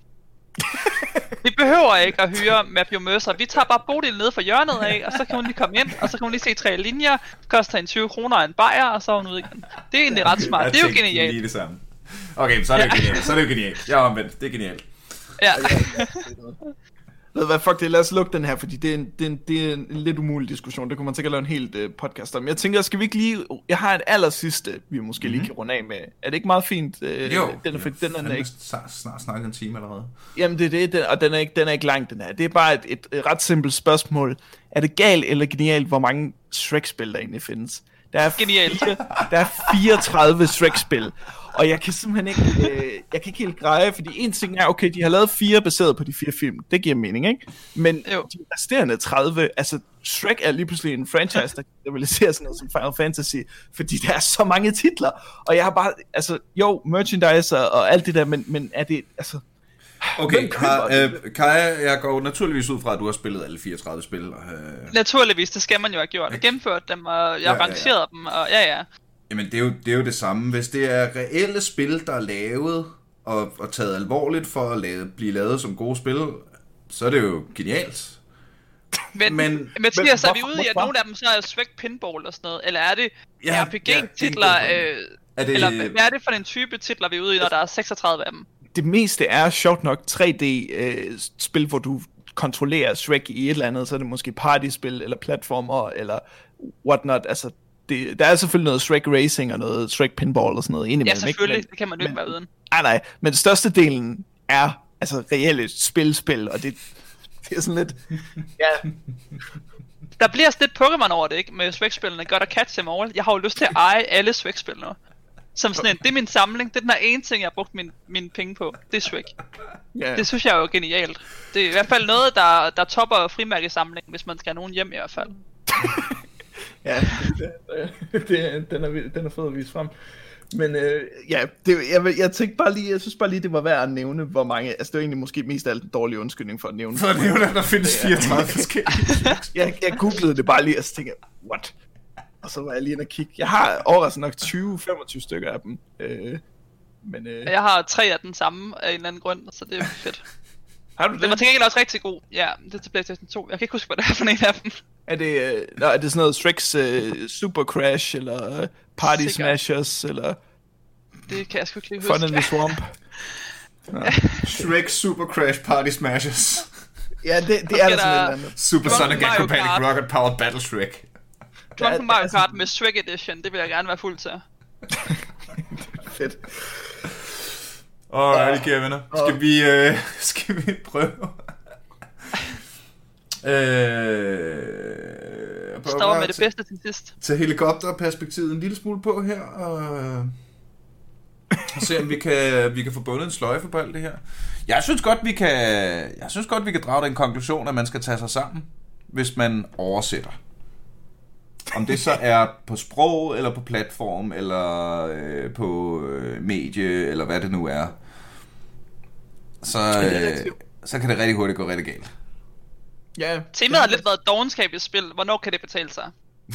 Vi behøver ikke at hyre Matthew Mercer. Vi tager bare Bodil ned fra hjørnet af, og så kan hun lige komme ind, og så kan hun lige se tre linjer, koster en tyve kroner en bajer, og så er hun ude igen. Det er egentlig ret smart. Jeg det er jo genialt. Lige det samme. Okay, så er det jo genialt. Så er det jo genialt. Jeg er omvendt. Det er genialt. Ja. Ved hvad, fuck det, lad os lukke den her, fordi det er en, det er en, det er en lidt umulig diskussion. Det kunne man sikkert lave en helt uh, podcast om. Jeg tænker, skal vi ikke lige... Jeg har en aller sidste, vi måske mm-hmm. lige kan runde af med. Er det ikke meget fint? Uh, jo, den er, den er, den er ikke... snart, snart snakket en time allerede. Jamen det er det, den, og den er, ikke, den er ikke lang, den her. Det er bare et, et, et ret simpelt spørgsmål. Er det galt eller genialt, hvor mange Shrek-spil der egentlig findes? Der er Genialt. Fire, der er fireogtredive Shrek-spil. Og jeg kan simpelthen ikke, øh, jeg kan ikke helt greje, fordi en ting er, okay, de har lavet fire baseret på de fire film. Det giver mening, ikke? Men jo. De resterende tredive, altså Shrek er lige pludselig en franchise, der rivaliserer sådan noget som Final Fantasy, fordi der er så mange titler. Og jeg har bare, altså, jo, merchandise og, og alt det der, men, men er det, altså... Okay, øh, Kaja, jeg går naturligvis ud fra, at du har spillet alle fireogtredive spil. Øh... Naturligvis, det skal man jo have gjort. Jeg gennemført dem, og jeg har ja, rangeret ja, ja. dem, og ja, ja. Jamen, det er, jo, det er jo det samme. Hvis det er reelle spil, der er lavet og, og taget alvorligt for at lave, blive lavet som gode spil, så er det jo genialt. Men, men Mathias, er vi ude i, at nogle af dem så er Shrek Pinball og sådan noget? Eller er det ja, R P G-titler? Ja, øh, er det... Eller hvad er det for en type titler, vi er ude i, når der er seksogtredive af dem? Det meste er sjovt nok tre D-spil, øh, hvor du kontrollerer Shrek i et eller andet. Så er det måske partyspil, eller platformer, eller whatnot. Altså, det, der er selvfølgelig noget Shrek Racing og noget Shrek Pinball og sådan noget. Ja, selvfølgelig. Men, det kan man jo ikke være uden. Nej, nej. Men størstedelen er altså reelle spil-spil, og det, det er sådan lidt... ja. Der bliver også lidt Pokémon over det, ikke? Med Shrek-spillene. Godt at catch them all. Jeg har jo lyst til at eje alle Shrek-spil nu. Som sådan en, det er min samling. Det er den her ene ting, jeg har brugt min, mine penge på. Det er Shrek. Yeah. Det synes jeg er jo genialt. Det er i hvert fald noget, der, der topper frimærkesamlingen, hvis man skal have nogen hjem i hvert fald. Ja, det, det, den, er, den er fed at vise frem. Men øh, ja, det, jeg, jeg tænkte bare lige, jeg synes bare lige, det var værd at nævne, hvor mange, altså det var egentlig måske mest af alt en dårlig undskyldning for at nævne. For at nævne, at der findes fireogtredive forskellige. jeg, jeg googlede det bare lige, og så tænkte jeg, what? Og så var jeg lige inde og kigge. Jeg har overraskende nok tyve til femogtyve stykker af dem. Øh, men, øh... Jeg har tre af den samme af en eller anden grund, så det er fedt. Har du det? Den var til gengæld også rigtig god. Ja, det er til PlayStation to. Jeg kan ikke huske, hvad det er for en af dem. Er det, øh, nå, er det sådan noget Shrek's uh, Super Crash, eller uh, Party Sikker. Smashers, eller... Det kan jeg sgu ikke lige huske. Fun in the Swamp. Shrek Super Crash Party Smashers. Ja, det, det er der sådan et eller andet. Super Sonic Acrobatic Rocket Powered Battle Shrek. Drunken Mario Kart med Shrek Edition, det vil jeg gerne være fuld til. Fedt. Alright, kære venner. Skal vi, øh, skal vi prøve? øh, Stopper med det bedste til sidst. Til helikopterperspektivet en lille smule på her, og, og se om vi kan, vi kan få bundet en sløjfe på alt det her. Jeg synes godt, vi kan, jeg synes godt, vi kan drage den konklusion, at man skal tage sig sammen, hvis man oversætter. Om det så er på sprog, eller på platform, eller øh, på øh, medie, eller hvad det nu er, så, øh, så kan det rigtig hurtigt gå rigtig galt. Ja. Temaet har lidt været dovenskab i spil. Hvornår kan det betale sig?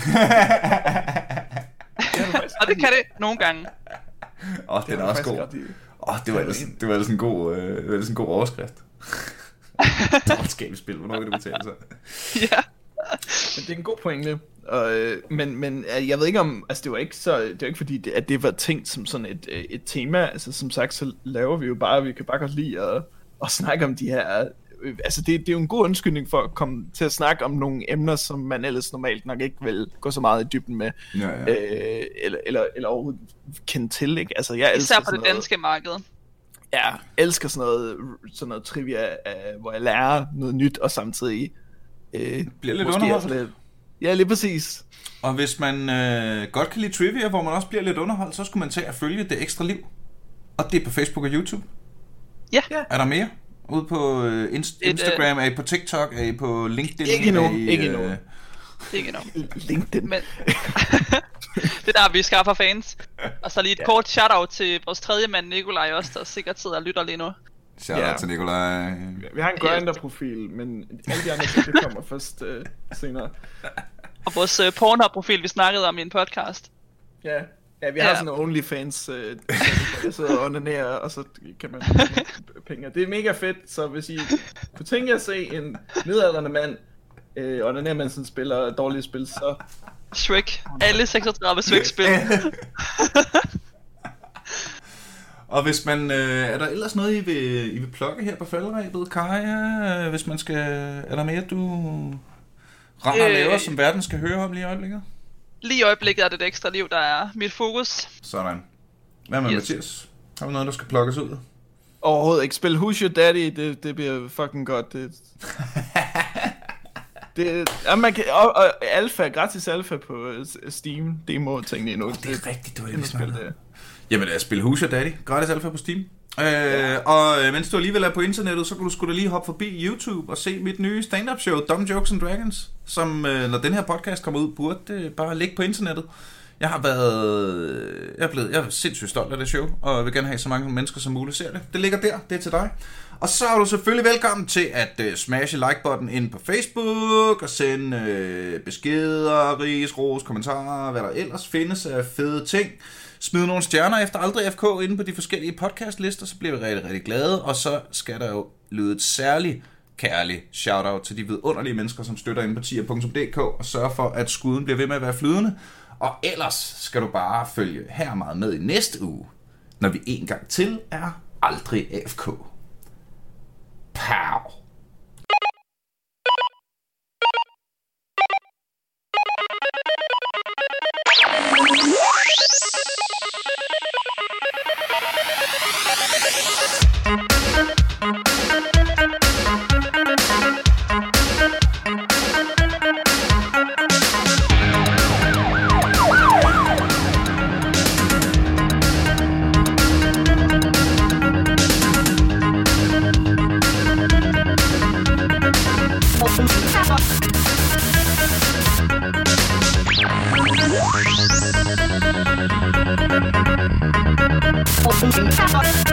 Og det kan det nogle gange. Åh, oh, det er også god. Åh, oh, det var ellers, det var ellers en god, øh, det var ellers en god overskrift. Dovenskab i spil, hvornår kan det betale sig? Ja. Men det er en god pointe. Og, øh, men, men jeg ved ikke om, altså det var ikke så, det var ikke fordi, det, at det var tænkt som sådan et, et tema. Altså som sagt, så laver vi jo bare, vi kan bare godt lide at, at snakke om de her, øh, altså det, det er jo en god undskyldning for at komme til at snakke om nogle emner, som man ellers normalt nok ikke vil gå så meget i dybden med, ja, ja. Øh, eller, eller, eller overhovedet kende til, ikke? Altså jeg elsker især på det noget, danske marked. Ja, elsker sådan noget, sådan noget trivia, øh, hvor jeg lærer noget nyt, og samtidig øh, bliver lidt underholdt. Ja, lige præcis. Og hvis man øh, godt kan lide trivia, hvor man også bliver lidt underholdt, så skulle man tage at følge Det Ekstra Liv. Og det er på Facebook og YouTube. Ja. Er der mere? Ude på øh, Inst- Et, Instagram, er I på TikTok, er I på LinkedIn? Ikke endnu, I, ikke endnu. Øh... Ikke endnu. LinkedIn. Men... Det er der, vi skaffer fans. Og så lige et ja. kort shout-out til vores tredje mand, Nikolaj, også, der sikkert sidder og lytter lige nu. Shout-out ja. til Nikolaj. Vi har en Grindr-profil, men alle de andre ting, det kommer først øh, senere. Og vores øh, Pornhub-profil, vi snakkede om i en podcast. Ja, ja vi har ja. sådan en OnlyFans, øh, der sidder og onanerer, og så kan man penge. Det er mega fedt, så hvis I kunne tænke jer at se en midaldrende mand, øh, onanere, mens han spiller dårlige spil, så... Shrek. Alle seksogtredive Shrek-spil. Og hvis man, øh, er der ellers noget, I vil, I vil plukke her på falderæbet, Kaja? Hvis man skal, er der mere, du rammer øh, laver, som verden skal høre om lige i øjeblikket? Lige i øjeblikket er det et ekstra liv, der er mit fokus. Sådan. Hvad med yes. Mathias? Har du noget, der skal plukkes ud? Overhovedet ikke. Spil Who's Your Daddy, det, det bliver fucking godt. Det, det, ja, man kan, og, og alfa, gratis alfa på Steam, demo ting endnu. Oh, det er rigtigt, du har ikke spillet det. Jamen, jeg spiller Who's Your Daddy, gratis alfa på Steam. Øh, ja. Og øh, mens du alligevel er på internettet, så kunne du sgu da lige hoppe forbi YouTube og se mit nye stand-up show, Dumb Jokes and Dragons, som øh, når den her podcast kommer ud, burde øh, bare ligge på internettet. Jeg har været, jeg er blevet, jeg er sindssygt stolt af det show, og jeg vil gerne have så mange mennesker som muligt ser det. Det ligger der, det er til dig. Og så er du selvfølgelig velkommen til at uh, smashe like-button ind på Facebook, og sende uh, beskeder, ris, ros, kommentarer, hvad der ellers findes af fede ting. Smid nogle stjerner efter Aldrig F K inde på de forskellige podcastlister, så bliver vi rigtig, rigtig glade. Og så skal der jo lyde et særligt kærligt shoutout til de vidunderlige mennesker, som støtter inde på tier punktum d k og sørger for, at skuden bliver ved med at være flydende. Og ellers skal du bare følge her meget med i næste uge, når vi en gang til er Aldrig A F K. Pow! Thank you.